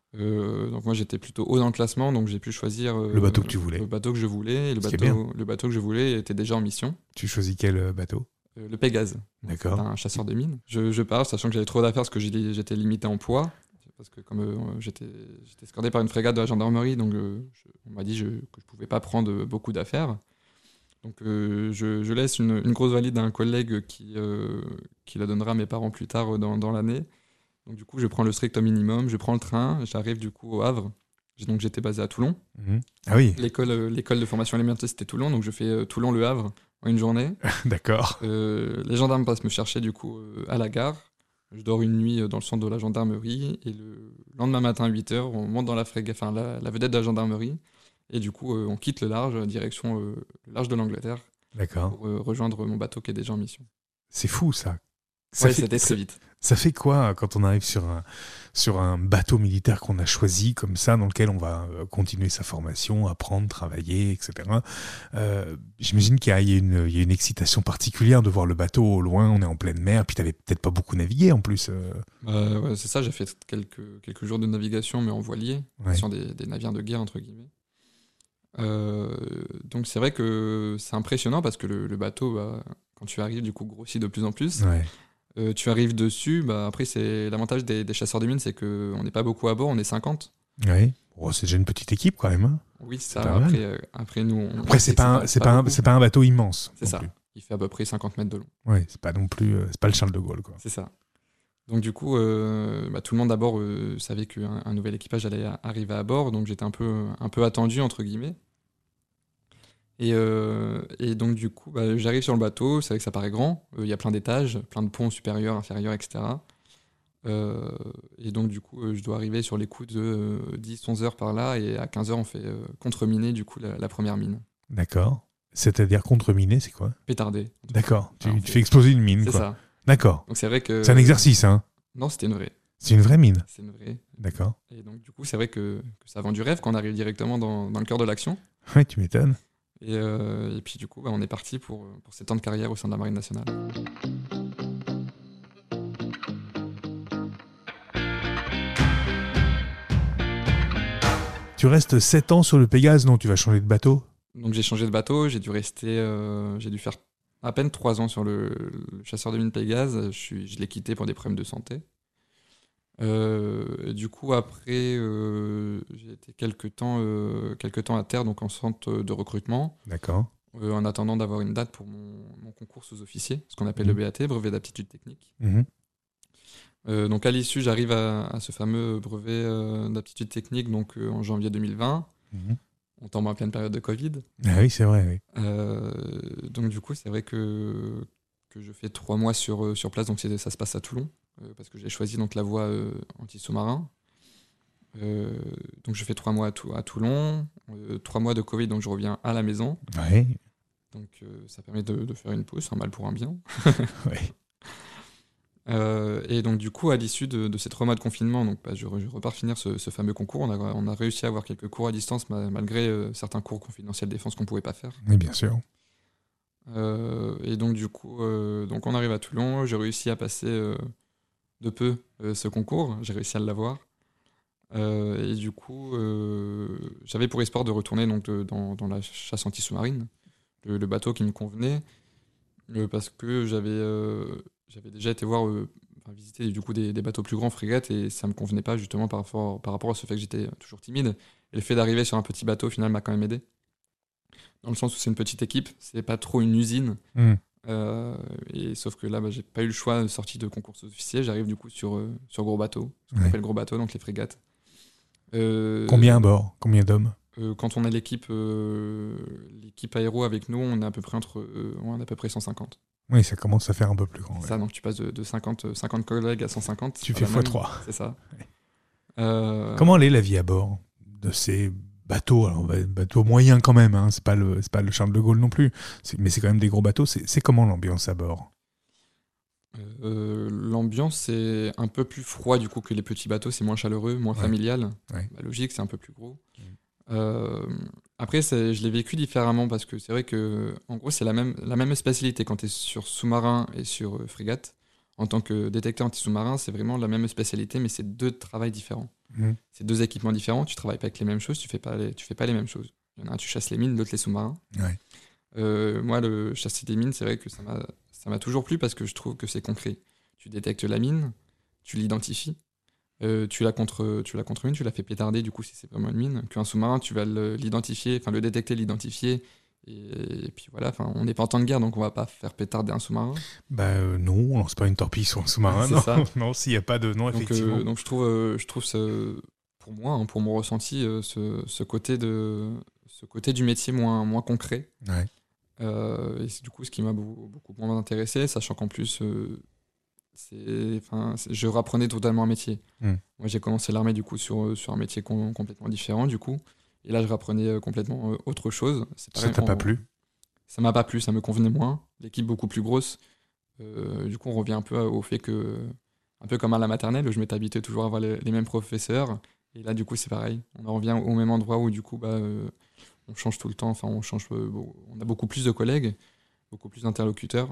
Donc moi j'étais plutôt haut dans le classement, donc j'ai pu choisir Le bateau que tu voulais. le bateau que je voulais. Et Ce qui est bien. le bateau que je voulais était déjà en mission. Tu choisis quel bateau? Le Pégase, D'accord. un chasseur de mines. Je pars sachant que j'avais trop d'affaires parce que j'étais limité en poids. Parce que comme j'étais escorté par une frégate de la gendarmerie, donc on m'a dit que je pouvais pas prendre beaucoup d'affaires. Donc je laisse une grosse valide à un collègue qui la donnera à mes parents plus tard dans l'année. Donc du coup je prends le strict minimum, je prends le train, j'arrive du coup au Havre. Donc j'étais basé à Toulon. Mhm. Ah oui, L'école de formation élémentaire c'était Toulon, donc je fais Toulon-Le Havre en une journée. d'accord. Les gendarmes passent me chercher du coup à la gare. Je dors une nuit dans le centre de la gendarmerie et le lendemain matin à 8h, on monte dans la frégate, enfin la vedette de la gendarmerie. Et du coup, on quitte le large, direction le large de l'Angleterre, D'accord. pour rejoindre mon bateau qui est déjà en mission. C'est fou ça. Ouais, c'était très vite. Ça fait quoi quand on arrive sur un bateau militaire qu'on a choisi comme ça, dans lequel on va continuer sa formation, apprendre, travailler, etc. J'imagine qu'il y a une excitation particulière de voir le bateau au loin, on est en pleine mer, puis tu n'avais peut-être pas beaucoup navigué en plus. Ouais, c'est ça, j'ai fait quelques jours de navigation, mais en voilier, Ouais. sur des navires de guerre, entre guillemets. Donc c'est vrai que c'est impressionnant parce que le bateau, quand tu arrives, du coup, grossit de plus en plus. Ouais. Tu arrives dessus, après c'est l'avantage des chasseurs de mines, c'est qu'on n'est pas beaucoup à bord, on est 50. Ouais. Oh, c'est déjà une petite équipe quand même. Hein. Oui, C'est ça. pas mal. Après nous, Après, c'est pas un bateau immense. C'est non ça. plus. Il fait à peu près 50 mètres de long. Ouais, c'est pas non plus, c'est pas le Charles de Gaulle quoi. C'est ça. Donc du coup, tout le monde d'abord savait qu'un nouvel équipage allait arriver à bord, donc j'étais un peu attendu entre guillemets. Et donc du coup, j'arrive sur le bateau, c'est vrai que ça paraît grand, il y a plein d'étages, plein de ponts supérieurs, inférieurs, etc. Et donc du coup, je dois arriver sur les coups de 10-11 heures par là, et à 15 heures on fait contre-miner du coup la première mine. D'accord. C'est-à-dire contre-miner, c'est quoi? Pétarder. D'accord. Tu Alors, fais exploser une mine C'est quoi. ça. D'accord. Donc c'est vrai que... C'est un exercice, hein. Non, c'était une vraie. C'est une vraie mine. C'est une vraie. D'accord. Et donc du coup, c'est vrai que ça vend du rêve quand on arrive directement dans le cœur de l'action. Ouais, tu m'étonnes. Et puis du coup, on est parti pour 7 ans de carrière au sein de la Marine nationale. Tu restes 7 ans sur le Pégase, non? Tu vas changer de bateau? Donc j'ai changé de bateau, j'ai dû faire à peine 3 ans sur le chasseur de mines Pégase. Je l'ai quitté pour des problèmes de santé. Du coup, après, j'ai été quelques temps à terre, donc en centre de recrutement, D'accord. en attendant d'avoir une date pour mon concours sous-officier, ce qu'on appelle le BAT, brevet d'aptitude technique. Mhm. Donc à l'issue, j'arrive à ce fameux brevet d'aptitude technique, donc en janvier 2020. Mhm. On tombe en pleine période de Covid. Ah oui, c'est vrai, oui. Donc du coup, c'est vrai que je fais 3 mois sur place, donc ça se passe à Toulon, parce que j'ai choisi donc la voie anti-sous-marin. Donc je fais 3 mois à Toulon, 3 mois de Covid, donc je reviens à la maison. Ouais. Donc ça permet de faire une pause, un mal pour un bien. Ouais. Et donc du coup, à l'issue de ces 3 mois de confinement, donc, je repars finir ce fameux concours. On a réussi à avoir quelques cours à distance, malgré certains cours confidentiels défense qu'on ne pouvait pas faire. Oui, bien sûr. Et donc du coup, donc on arrive à Toulon, j'ai réussi à passer de peu ce concours, j'ai réussi à l'avoir. Et du coup, j'avais pour espoir de retourner donc, dans la chasse anti-sous-marine, le bateau qui me convenait, parce que j'avais déjà été visiter du coup des bateaux plus grands, frégates, et ça me convenait pas justement par rapport à ce fait que j'étais toujours timide. Et le fait d'arriver sur un petit bateau, au final, m'a quand même aidé. Dans le sens où c'est une petite équipe, c'est pas trop une usine. Mm. Et sauf que là, j'ai pas eu le choix de sortie de concours officier. J'arrive du coup sur gros bateau, ce qu'on Ouais. appelle gros bateau, donc les frégates. Combien à bord? Combien d'hommes? Quand on a l'équipe aéro avec nous, on est à peu près on est à peu près 150. Oui, ça commence à faire un peu plus grand. C'est ça, donc tu passes de 50 collègues à 150. Tu c'est fais pas la x3. même, c'est ça. Ouais. Comment elle est la vie à bord de ces bateaux? Alors, bateaux moyens quand même, hein. C'est pas le Charles de Gaulle non plus. Mais c'est quand même des gros bateaux. C'est comment l'ambiance à bord? L'ambiance, c'est un peu plus froid du coup que les petits bateaux, c'est moins chaleureux, moins Ouais. familial. Ouais. Logique, c'est un peu plus gros. Après, je l'ai vécu différemment parce que c'est vrai que, en gros, c'est la même spécialité quand tu es sur sous-marin et sur frégate. En tant que détecteur anti-sous-marin, c'est vraiment la même spécialité, mais c'est 2 travails différents. C'est 2 équipements différents, tu travailles pas avec les mêmes choses, tu fais pas les mêmes choses. Il y en a un, tu chasses les mines, l'autre les sous-marins. Ouais. Moi, le chasser des mines, c'est vrai que ça m'a toujours plu parce que je trouve que c'est concret. Tu détectes la mine, tu l'identifies, tu la contremines, tu la fais pétarder, du coup, si c'est vraiment une mine. Qu'un sous-marin, tu vas l'identifier, enfin le détecter, l'identifier. Et puis voilà, on n'est pas en temps de guerre, donc on va pas faire pétarder un sous-marin. Non, on lance pas une torpille sur un sous-marin. C'est Non, ça. non, s'il n'y a pas de non, effectivement. Donc je trouve pour moi, pour mon ressenti, ce côté du métier moins concret. Ouais. Et c'est du coup ce qui m'a beaucoup moins intéressé, sachant qu'en plus, je rapprenais totalement un métier. Moi, j'ai commencé l'armée du coup sur un métier complètement différent du coup. Et là, je rapprenais complètement autre chose. Ça t'a pas plu ? Ça m'a pas plu, ça me convenait moins. L'équipe beaucoup plus grosse. Du coup, on revient un peu au fait que, un peu comme à la maternelle, où je m'étais habitué toujours à avoir les mêmes professeurs. Et là, du coup, c'est pareil. On en revient au même endroit où, du coup, on change tout le temps. Enfin, on a beaucoup plus de collègues, beaucoup plus d'interlocuteurs.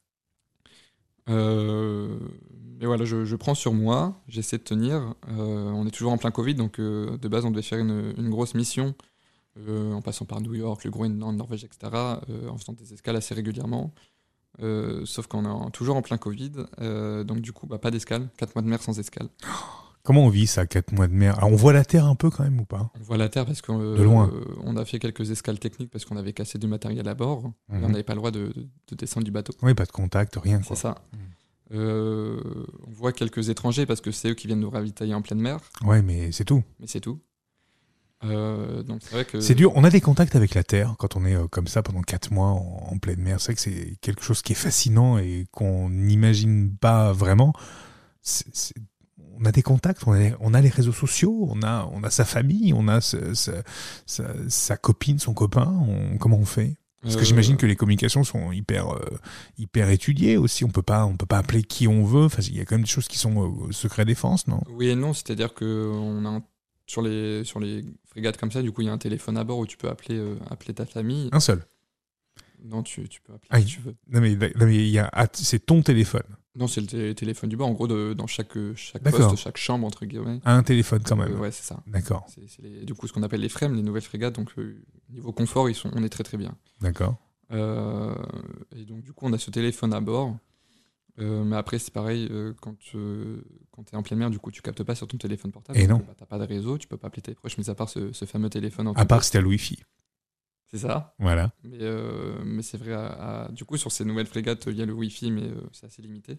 Mais voilà, je prends sur moi, j'essaie de tenir. On est toujours en plein Covid, donc de base, on devait faire une grosse mission en passant par New York, le Groenland, Norvège, etc., en faisant des escales assez régulièrement. Sauf qu'on est toujours en plein Covid, donc du coup, pas d'escale, 4 mois de mer sans escale. Comment on vit ça, 4 mois de mer ? Alors, on voit la Terre un peu quand même ou pas ? On voit la Terre parce qu'on de loin. On a fait quelques escales techniques parce qu'on avait cassé du matériel à bord. Et on n'avait pas le droit de descendre du bateau. Oui, pas de contact, rien. Quoi. C'est ça. On voit quelques étrangers parce que c'est eux qui viennent nous ravitailler en pleine mer. Ouais, mais c'est tout. Mais c'est tout. Donc c'est vrai que... C'est dur. On a des contacts avec la Terre quand on est comme ça pendant 4 mois en pleine mer. C'est vrai que c'est quelque chose qui est fascinant et qu'on n'imagine pas vraiment. On a des contacts, on a les réseaux sociaux, on a sa famille, on a sa copine, son copain. Comment on fait ? Parce que j'imagine que les communications sont hyper étudiées aussi. On peut pas appeler qui on veut. Enfin, il y a quand même des choses qui sont secret défense, non ? Oui et non. C'est-à-dire que sur les frégates comme ça, du coup, il y a un téléphone à bord où tu peux appeler ta famille. Un seul. Non, tu peux appeler qui tu veux. Non mais c'est ton téléphone. Non, c'est le téléphone du bord. En gros, dans chaque poste, chaque chambre, entre guillemets. Un téléphone quand même. Ouais, c'est ça. D'accord. C'est du coup ce qu'on appelle les FREM, les nouvelles frégates. Donc, niveau confort, on est très très bien. D'accord. Et donc, du coup, on a ce téléphone à bord. Mais après, c'est pareil, quand tu es en pleine mer, du coup, tu captes pas sur ton téléphone portable. Et donc, non. T'as pas de réseau, tu peux pas appeler tes proches, mis à part ce fameux téléphone. À part si t'as le Wi-Fi. C'est ça. Voilà. Mais c'est vrai, du coup, sur ces nouvelles frégates, il y a le Wi-Fi, mais c'est assez limité.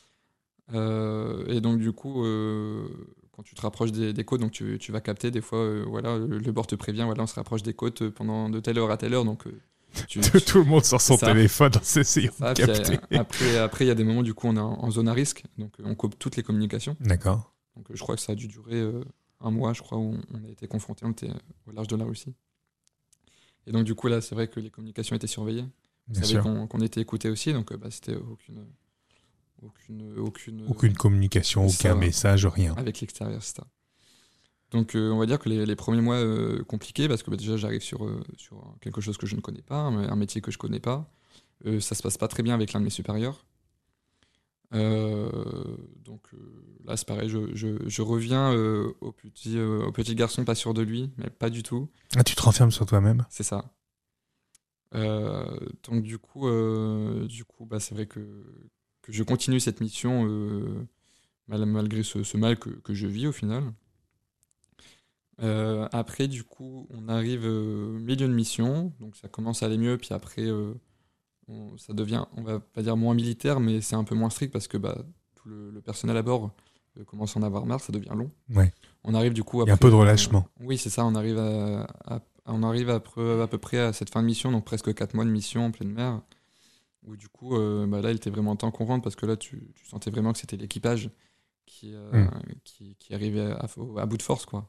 Et donc, du coup, quand tu te rapproches des côtes, donc tu vas capter, des fois, le bord te prévient, on se rapproche des côtes pendant de telle heure à telle heure, donc... Tout le monde sort son téléphone en s'essayant de capter. Après, il y a des moments, du coup, on est en zone à risque, donc on coupe toutes les communications. D'accord. Donc je crois que ça a dû durer 1 mois, je crois, où on a été confrontés, on était au large de la Russie. Et donc du coup, là, c'est vrai que les communications étaient surveillées. On savait qu'on était écouté aussi, donc c'était aucune communication, aucun message, rien. Avec l'extérieur, c'est ça. Donc on va dire que les premiers mois compliqués, parce que déjà j'arrive sur quelque chose que je ne connais pas, un métier que je connais pas. Ça se passe pas très bien avec l'un de mes supérieurs. Donc là c'est pareil, je reviens au petit garçon pas sûr de lui, mais pas du tout. Ah, tu te renfermes sur toi-même ? C'est ça. Donc du coup c'est vrai que je continue cette mission malgré ce mal que je vis au final. Après, du coup, on arrive milieu de mission, donc ça commence à aller mieux, puis après, ça devient, on va pas dire moins militaire, mais c'est un peu moins strict parce que tout le personnel à bord commence à en avoir marre, ça devient long. Ouais. On arrive du coup après, il y a un peu de relâchement. Oui, c'est ça, on arrive à peu près à cette fin de mission, donc presque 4 mois de mission en pleine mer, où du coup, là, il était vraiment temps qu'on rentre parce que là, tu sentais vraiment que c'était l'équipage qui arrivait à bout de force, quoi.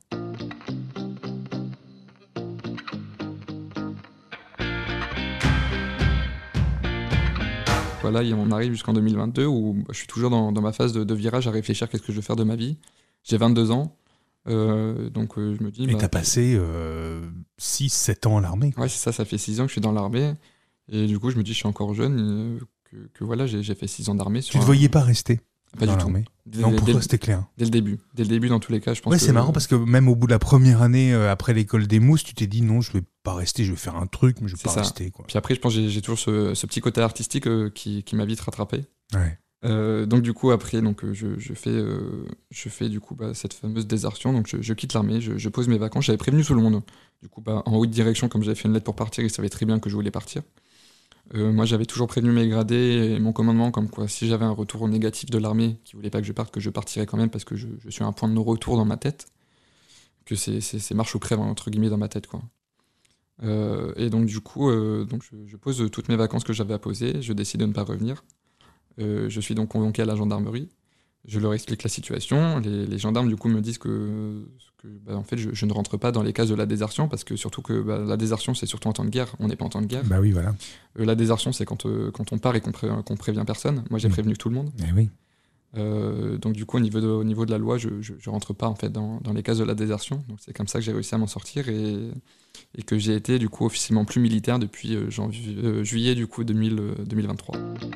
Voilà, et on arrive jusqu'en 2022 où je suis toujours dans ma phase de virage à réfléchir qu'est-ce que je veux faire de ma vie. J'ai 22 ans, donc je me dis... Et t'as passé 6-7 ans à l'armée, quoi. Ouais, c'est ça fait 6 ans que je suis dans l'armée. Et du coup, je me dis, je suis encore jeune, que voilà, j'ai fait 6 ans d'armée. Tu te voyais pas rester ? Pas dans du tout. l'armée. Non, pour toi, c'était clair. Dès le début. Dès le début, dans tous les cas, je pense Ouais, que... c'est marrant parce que même au bout de la première année, après l'école des mousses, tu t'es dit non, je vais pas rester, je vais faire un truc, mais je vais C'est pas ça. rester, quoi. Puis après, je pense que j'ai toujours ce petit côté artistique qui m'a vite rattrapé. Ouais. Donc du coup, après, donc, je fais du coup cette fameuse désertion. Donc je quitte l'armée, je pose mes vacances. J'avais prévenu tout le monde. Du coup, en haute direction, comme j'avais fait une lettre pour partir, ils savaient très bien que je voulais partir. Moi, j'avais toujours prévenu mes gradés et mon commandement, comme quoi si j'avais un retour négatif de l'armée qui voulait pas que je partirais quand même parce que je suis à un point de non-retour dans ma tête, que c'est marche ou crève entre guillemets dans ma tête, quoi. Et donc du coup, je pose toutes mes vacances que j'avais à poser. Je décide de ne pas revenir. Je suis donc convoqué à la gendarmerie. Je leur explique la situation. Les gendarmes du coup me disent que en fait je ne rentre pas dans les cases de la désertion parce que surtout que la désertion c'est surtout en temps de guerre. On n'est pas en temps de guerre. Bah oui, voilà. La désertion c'est quand on part et qu'on prévient personne. Moi j'ai prévenu tout le monde. Eh oui. Donc du coup au niveau de la loi je rentre pas en fait dans les cases de la désertion. Donc c'est comme ça que j'ai réussi à m'en sortir et que j'ai été du coup officiellement plus militaire depuis juillet du coup 2023.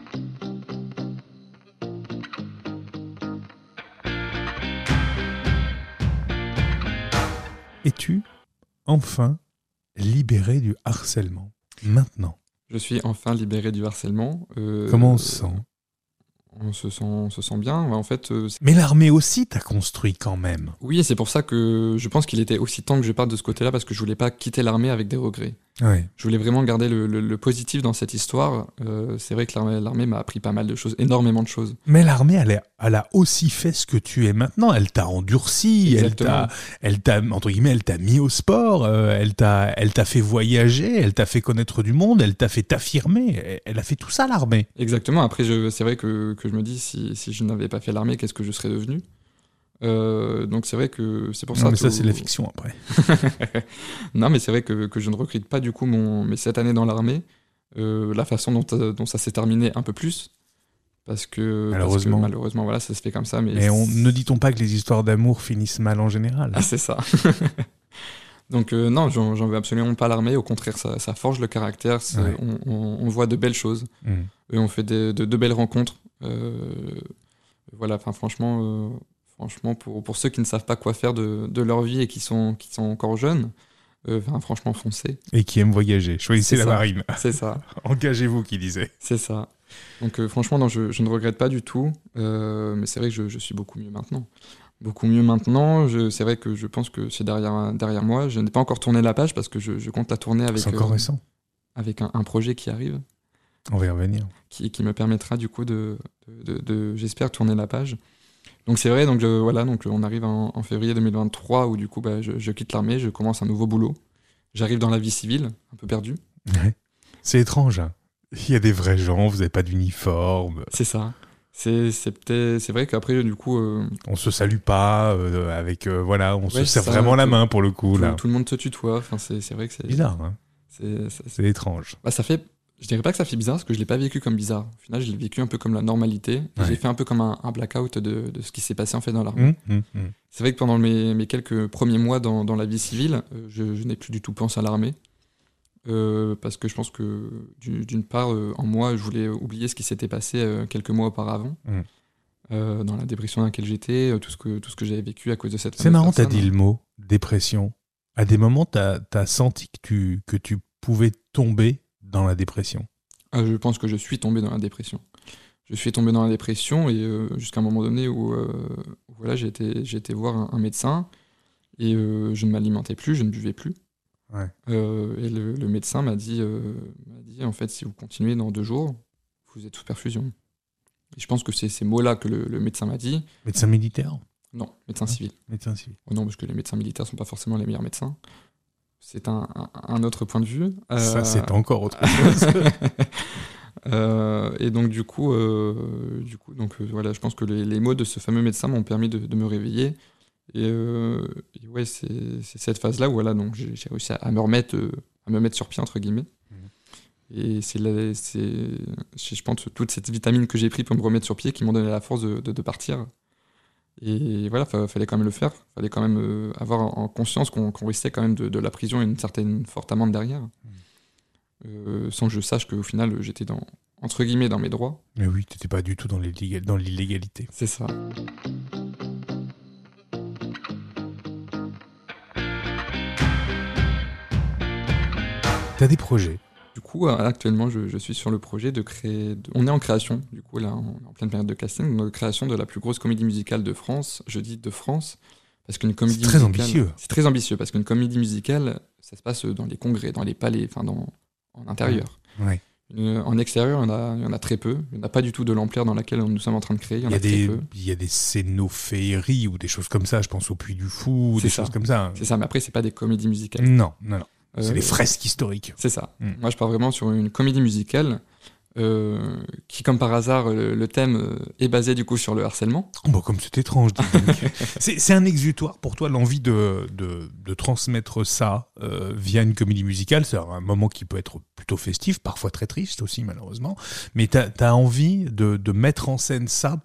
Es-tu enfin libéré du harcèlement maintenant? Je suis enfin libéré du harcèlement. Comment on se sent? On se sent bien. En fait, Mais l'armée aussi t'a construit quand même. oui, c'est pour ça que je pense qu'il était aussi temps que je parte de ce côté-là parce que je voulais pas quitter l'armée avec des regrets. Ouais. Je voulais vraiment garder le positif dans cette histoire. C'est vrai que l'armée m'a appris pas mal de choses, énormément de choses. Mais l'armée, elle a aussi fait ce que tu es maintenant. Elle t'a endurci, Exactement. elle t'a, entre guillemets, elle t'a mis au sport, elle t'a fait voyager, elle t'a fait connaître du monde, elle t'a fait t'affirmer. Elle a fait tout ça, l'armée. Exactement. Après, c'est vrai que je me dis si je n'avais pas fait l'armée, qu'est-ce que je serais devenu? Donc c'est vrai que c'est pour ça. Non, mais ça, c'est de la fiction après. Non, mais c'est vrai que je ne regrette pas du coup mes 7 années dans l'armée, la façon dont ça s'est terminé un peu plus, parce que malheureusement voilà, ça se fait comme ça. Mais ne dit-on pas que les histoires d'amour finissent mal en général? Ah, c'est ça. Donc non, j'en veux absolument pas l'armée, au contraire, ça forge le caractère, Ouais. on voit de belles choses, et on fait de belles rencontres. Voilà, enfin franchement, pour ceux qui ne savent pas quoi faire de leur vie et qui sont encore jeunes, franchement, foncez. Et qui aiment voyager. Choisissez C'est la ça. marine. C'est ça, Engagez-vous, qui disait. c'est ça. Donc franchement, non, je ne regrette pas du tout, mais c'est vrai que je suis beaucoup mieux maintenant. Beaucoup mieux maintenant, c'est vrai que je pense que c'est derrière moi. Je n'ai pas encore tourné la page parce que je compte la tourner C'est encore récent. avec un projet qui arrive, On va y revenir. qui me permettra du coup de j'espère, tourner la page. Donc c'est vrai, donc voilà, donc on arrive en février 2023 où du coup je quitte l'armée, je commence un nouveau boulot. J'arrive dans la vie civile, un peu perdu. Ouais. C'est étrange, hein. Il y a des vrais gens, vous n'avez pas d'uniforme. C'est ça. C'est vrai qu'après du coup On se salue pas, voilà, on se Ouais, serre ça, vraiment la main pour le coup, là. tout le monde se tutoie. Enfin c'est vrai que c'est Bizarre, hein. c'est- C'est étrange. ça fait. Je dirais pas que ça fait bizarre parce que je l'ai pas vécu comme bizarre. Au final, je l'ai vécu un peu comme la normalité. Et Ouais. j'ai fait un peu comme un blackout de ce qui s'est passé en fait dans l'armée. Hum. C'est vrai que pendant mes quelques premiers mois dans la vie civile, je n'ai plus du tout pensé à l'armée. Parce que je pense que d'une part, en moi, je voulais oublier ce qui s'était passé quelques mois auparavant, dans la dépression dans laquelle j'étais, tout ce que j'avais vécu à cause de cette C'est fameuse marrant, t'as personne. dit le mot dépression. À des moments, t'as senti que tu pouvais tomber dans la dépression. Je pense que je suis tombé dans la dépression. Je suis tombé dans la dépression et jusqu'à un moment donné où voilà, j'ai été voir un médecin et je ne m'alimentais plus, je ne buvais plus. Ouais. Et le médecin m'a dit en fait, si vous continuez dans 2 jours, vous êtes sous perfusion. Et je pense que c'est ces mots-là que le médecin m'a dit. Médecin militaire? Non, médecin civil. Médecin civil. Oh non, parce que les médecins militaires sont pas forcément les meilleurs médecins. C'est un autre point de vue. Ça, c'est encore autre chose. Et donc du coup, voilà, je pense que les mots de ce fameux médecin m'ont permis de me réveiller. Et ouais, c'est cette phase-là où voilà, donc j'ai réussi à me remettre sur pied entre guillemets. Et je pense toute cette vitamine que j'ai pris pour me remettre sur pied qui m'ont donné la force de partir. Et voilà, fallait quand même le faire. Fallait quand même avoir en conscience qu'on risquait quand même de la prison et une certaine forte amende derrière. Sans que je sache qu'au final j'étais entre guillemets dans mes droits. Mais oui, t'étais pas du tout dans l'illégalité. C'est ça. T'as des projets? Du coup, actuellement, je suis sur le projet de créer... On est en création, du coup, là, on est en pleine période de casting, de création de la plus grosse comédie musicale de France. Je dis de France, parce qu'une comédie C'est très musicale... ambitieux. C'est très ambitieux, parce qu'une comédie musicale, ça se passe dans les congrès, dans les palais, enfin, en intérieur. Ouais. En extérieur, il y en a très peu. Il n'y en a pas du tout de l'ampleur dans laquelle nous sommes en train de créer. Il y a des scénophéeries ou des choses comme ça, je pense au Puy du Fou, ou des choses comme ça. C'est ça, mais après, c'est pas des comédies musicales. Non. C'est des fresques historiques. C'est ça. Moi, je pars vraiment sur une comédie musicale qui, comme par hasard, le thème est basé du coup sur le harcèlement. Bon, comme c'est étrange. C'est un exutoire pour toi, l'envie de transmettre ça via une comédie musicale. C'est un moment qui peut être plutôt festif, parfois très triste aussi, malheureusement. Mais t'as envie de mettre en scène ça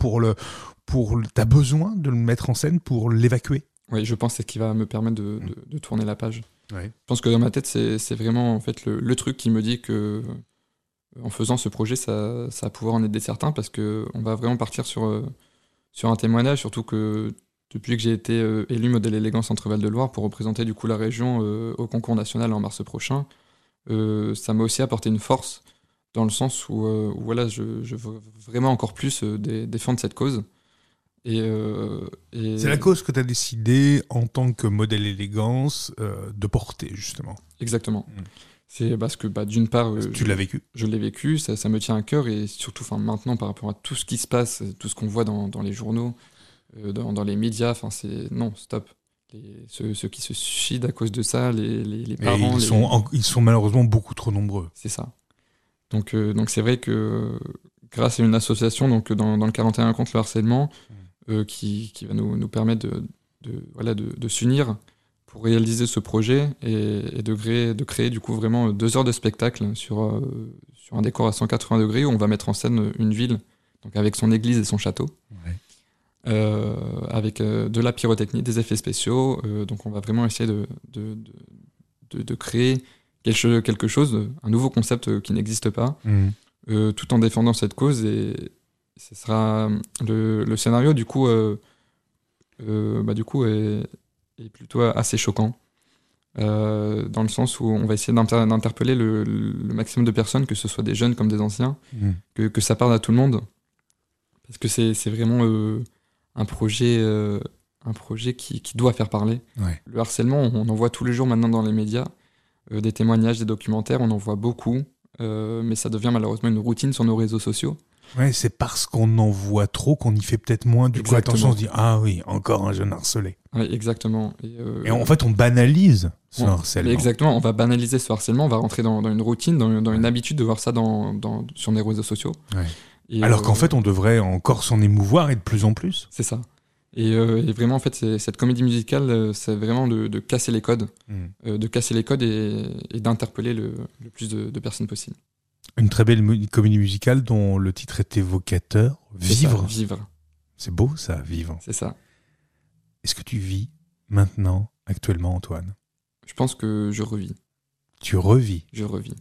t'as besoin de le mettre en scène pour l'évacuer. Oui, je pense que c'est ce qui va me permettre de tourner la page. Ouais. Je pense que dans ma tête, c'est vraiment en fait le truc qui me dit que en faisant ce projet, ça va pouvoir en aider certains, parce qu'on va vraiment partir sur un témoignage, surtout que depuis que j'ai été élu modèle élégant Centre-Val de Loire pour représenter du coup la région au concours national en mars prochain, ça m'a aussi apporté une force dans le sens où voilà, je veux vraiment encore plus défendre cette cause. Et c'est la cause que tu as décidé, en tant que modèle élégance, de porter, justement. Exactement. C'est parce que, d'une part... tu l'as vécu. Je l'ai vécu, ça me tient à cœur, et surtout maintenant, par rapport à tout ce qui se passe, tout ce qu'on voit dans les journaux, dans les médias, c'est... Non, stop. Ceux qui se suicident à cause de ça, les parents... Ils sont malheureusement beaucoup trop nombreux. C'est ça. Donc c'est vrai que, grâce à une association, donc dans le 41 contre le harcèlement, qui va nous permettre de s'unir pour réaliser ce projet et de créer du coup vraiment 2 heures de spectacle sur un décor à 180 degrés, où on va mettre en scène une ville, donc avec son église et son château, avec de la pyrotechnie, des effets spéciaux. Donc on va vraiment essayer de créer quelque chose, un nouveau concept qui n'existe pas, tout en défendant cette cause. Et ce sera le scénario du coup est plutôt assez choquant, dans le sens où on va essayer d'interpeller le maximum de personnes, que ce soit des jeunes comme des anciens, que ça parle à tout le monde, parce que c'est vraiment un projet qui doit faire parler. Ouais. Le harcèlement, on en voit tous les jours maintenant dans les médias, des témoignages, des documentaires, on en voit beaucoup, mais ça devient malheureusement une routine sur nos réseaux sociaux. Ouais, c'est parce qu'on en voit trop qu'on y fait peut-être moins. Du coup, attention, on se dit, ah oui, encore un jeune harcelé. Oui, exactement. Et en fait, on banalise ce harcèlement. Exactement, on va banaliser ce harcèlement, on va rentrer dans une routine, dans une habitude de voir ça sur les réseaux sociaux. Ouais. Et alors qu'en fait, on devrait encore s'en émouvoir, et de plus en plus. C'est ça. Et vraiment, en fait, cette comédie musicale, c'est vraiment de casser les codes, de casser les codes et d'interpeller le plus de personnes possible. Une très belle comédie musicale dont le titre est évocateur. Vivre. Vivre. C'est beau ça, vivre. C'est ça. Est-ce que tu vis maintenant, actuellement, Antoine? Je pense que je revis. Tu revis? Je revis.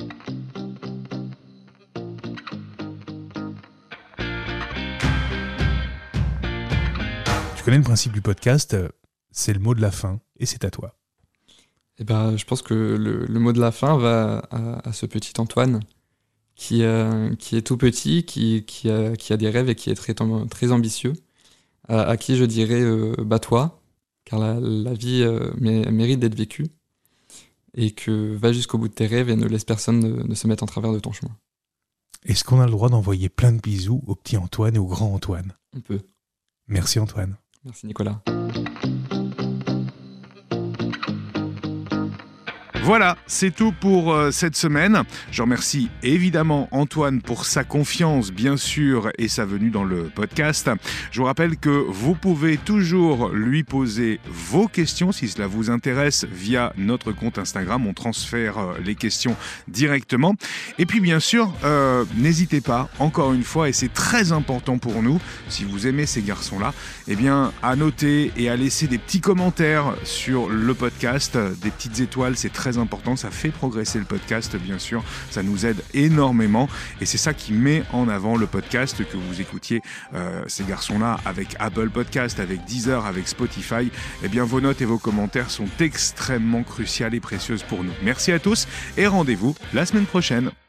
Tu connais le principe du podcast, c'est le mot de la fin, et c'est à toi. Eh ben, je pense que le mot de la fin va à ce petit Antoine qui est tout petit, qui a des rêves et qui est très ambitieux, à qui je dirais bats-toi, car la vie mérite d'être vécue, et que va jusqu'au bout de tes rêves et ne laisse personne ne se mettre en travers de ton chemin. Est-ce qu'on a le droit d'envoyer plein de bisous au petit Antoine et au grand Antoine? On peut. Merci Antoine. Merci Nicolas. Voilà, c'est tout pour cette semaine. Je remercie évidemment Antoine pour sa confiance, bien sûr, et sa venue dans le podcast. Je vous rappelle que vous pouvez toujours lui poser vos questions si cela vous intéresse via notre compte Instagram. On transfère les questions directement. Et puis bien sûr, n'hésitez pas, encore une fois, et c'est très important pour nous, si vous aimez ces garçons-là, eh bien, à noter et à laisser des petits commentaires sur le podcast, des petites étoiles, c'est très très important, ça fait progresser le podcast, bien sûr, ça nous aide énormément et c'est ça qui met en avant le podcast, que vous écoutiez ces garçons-là avec Apple Podcast, avec Deezer, avec Spotify. Eh bien, vos notes et vos commentaires sont extrêmement cruciales et précieuses pour nous. Merci à tous et rendez-vous la semaine prochaine.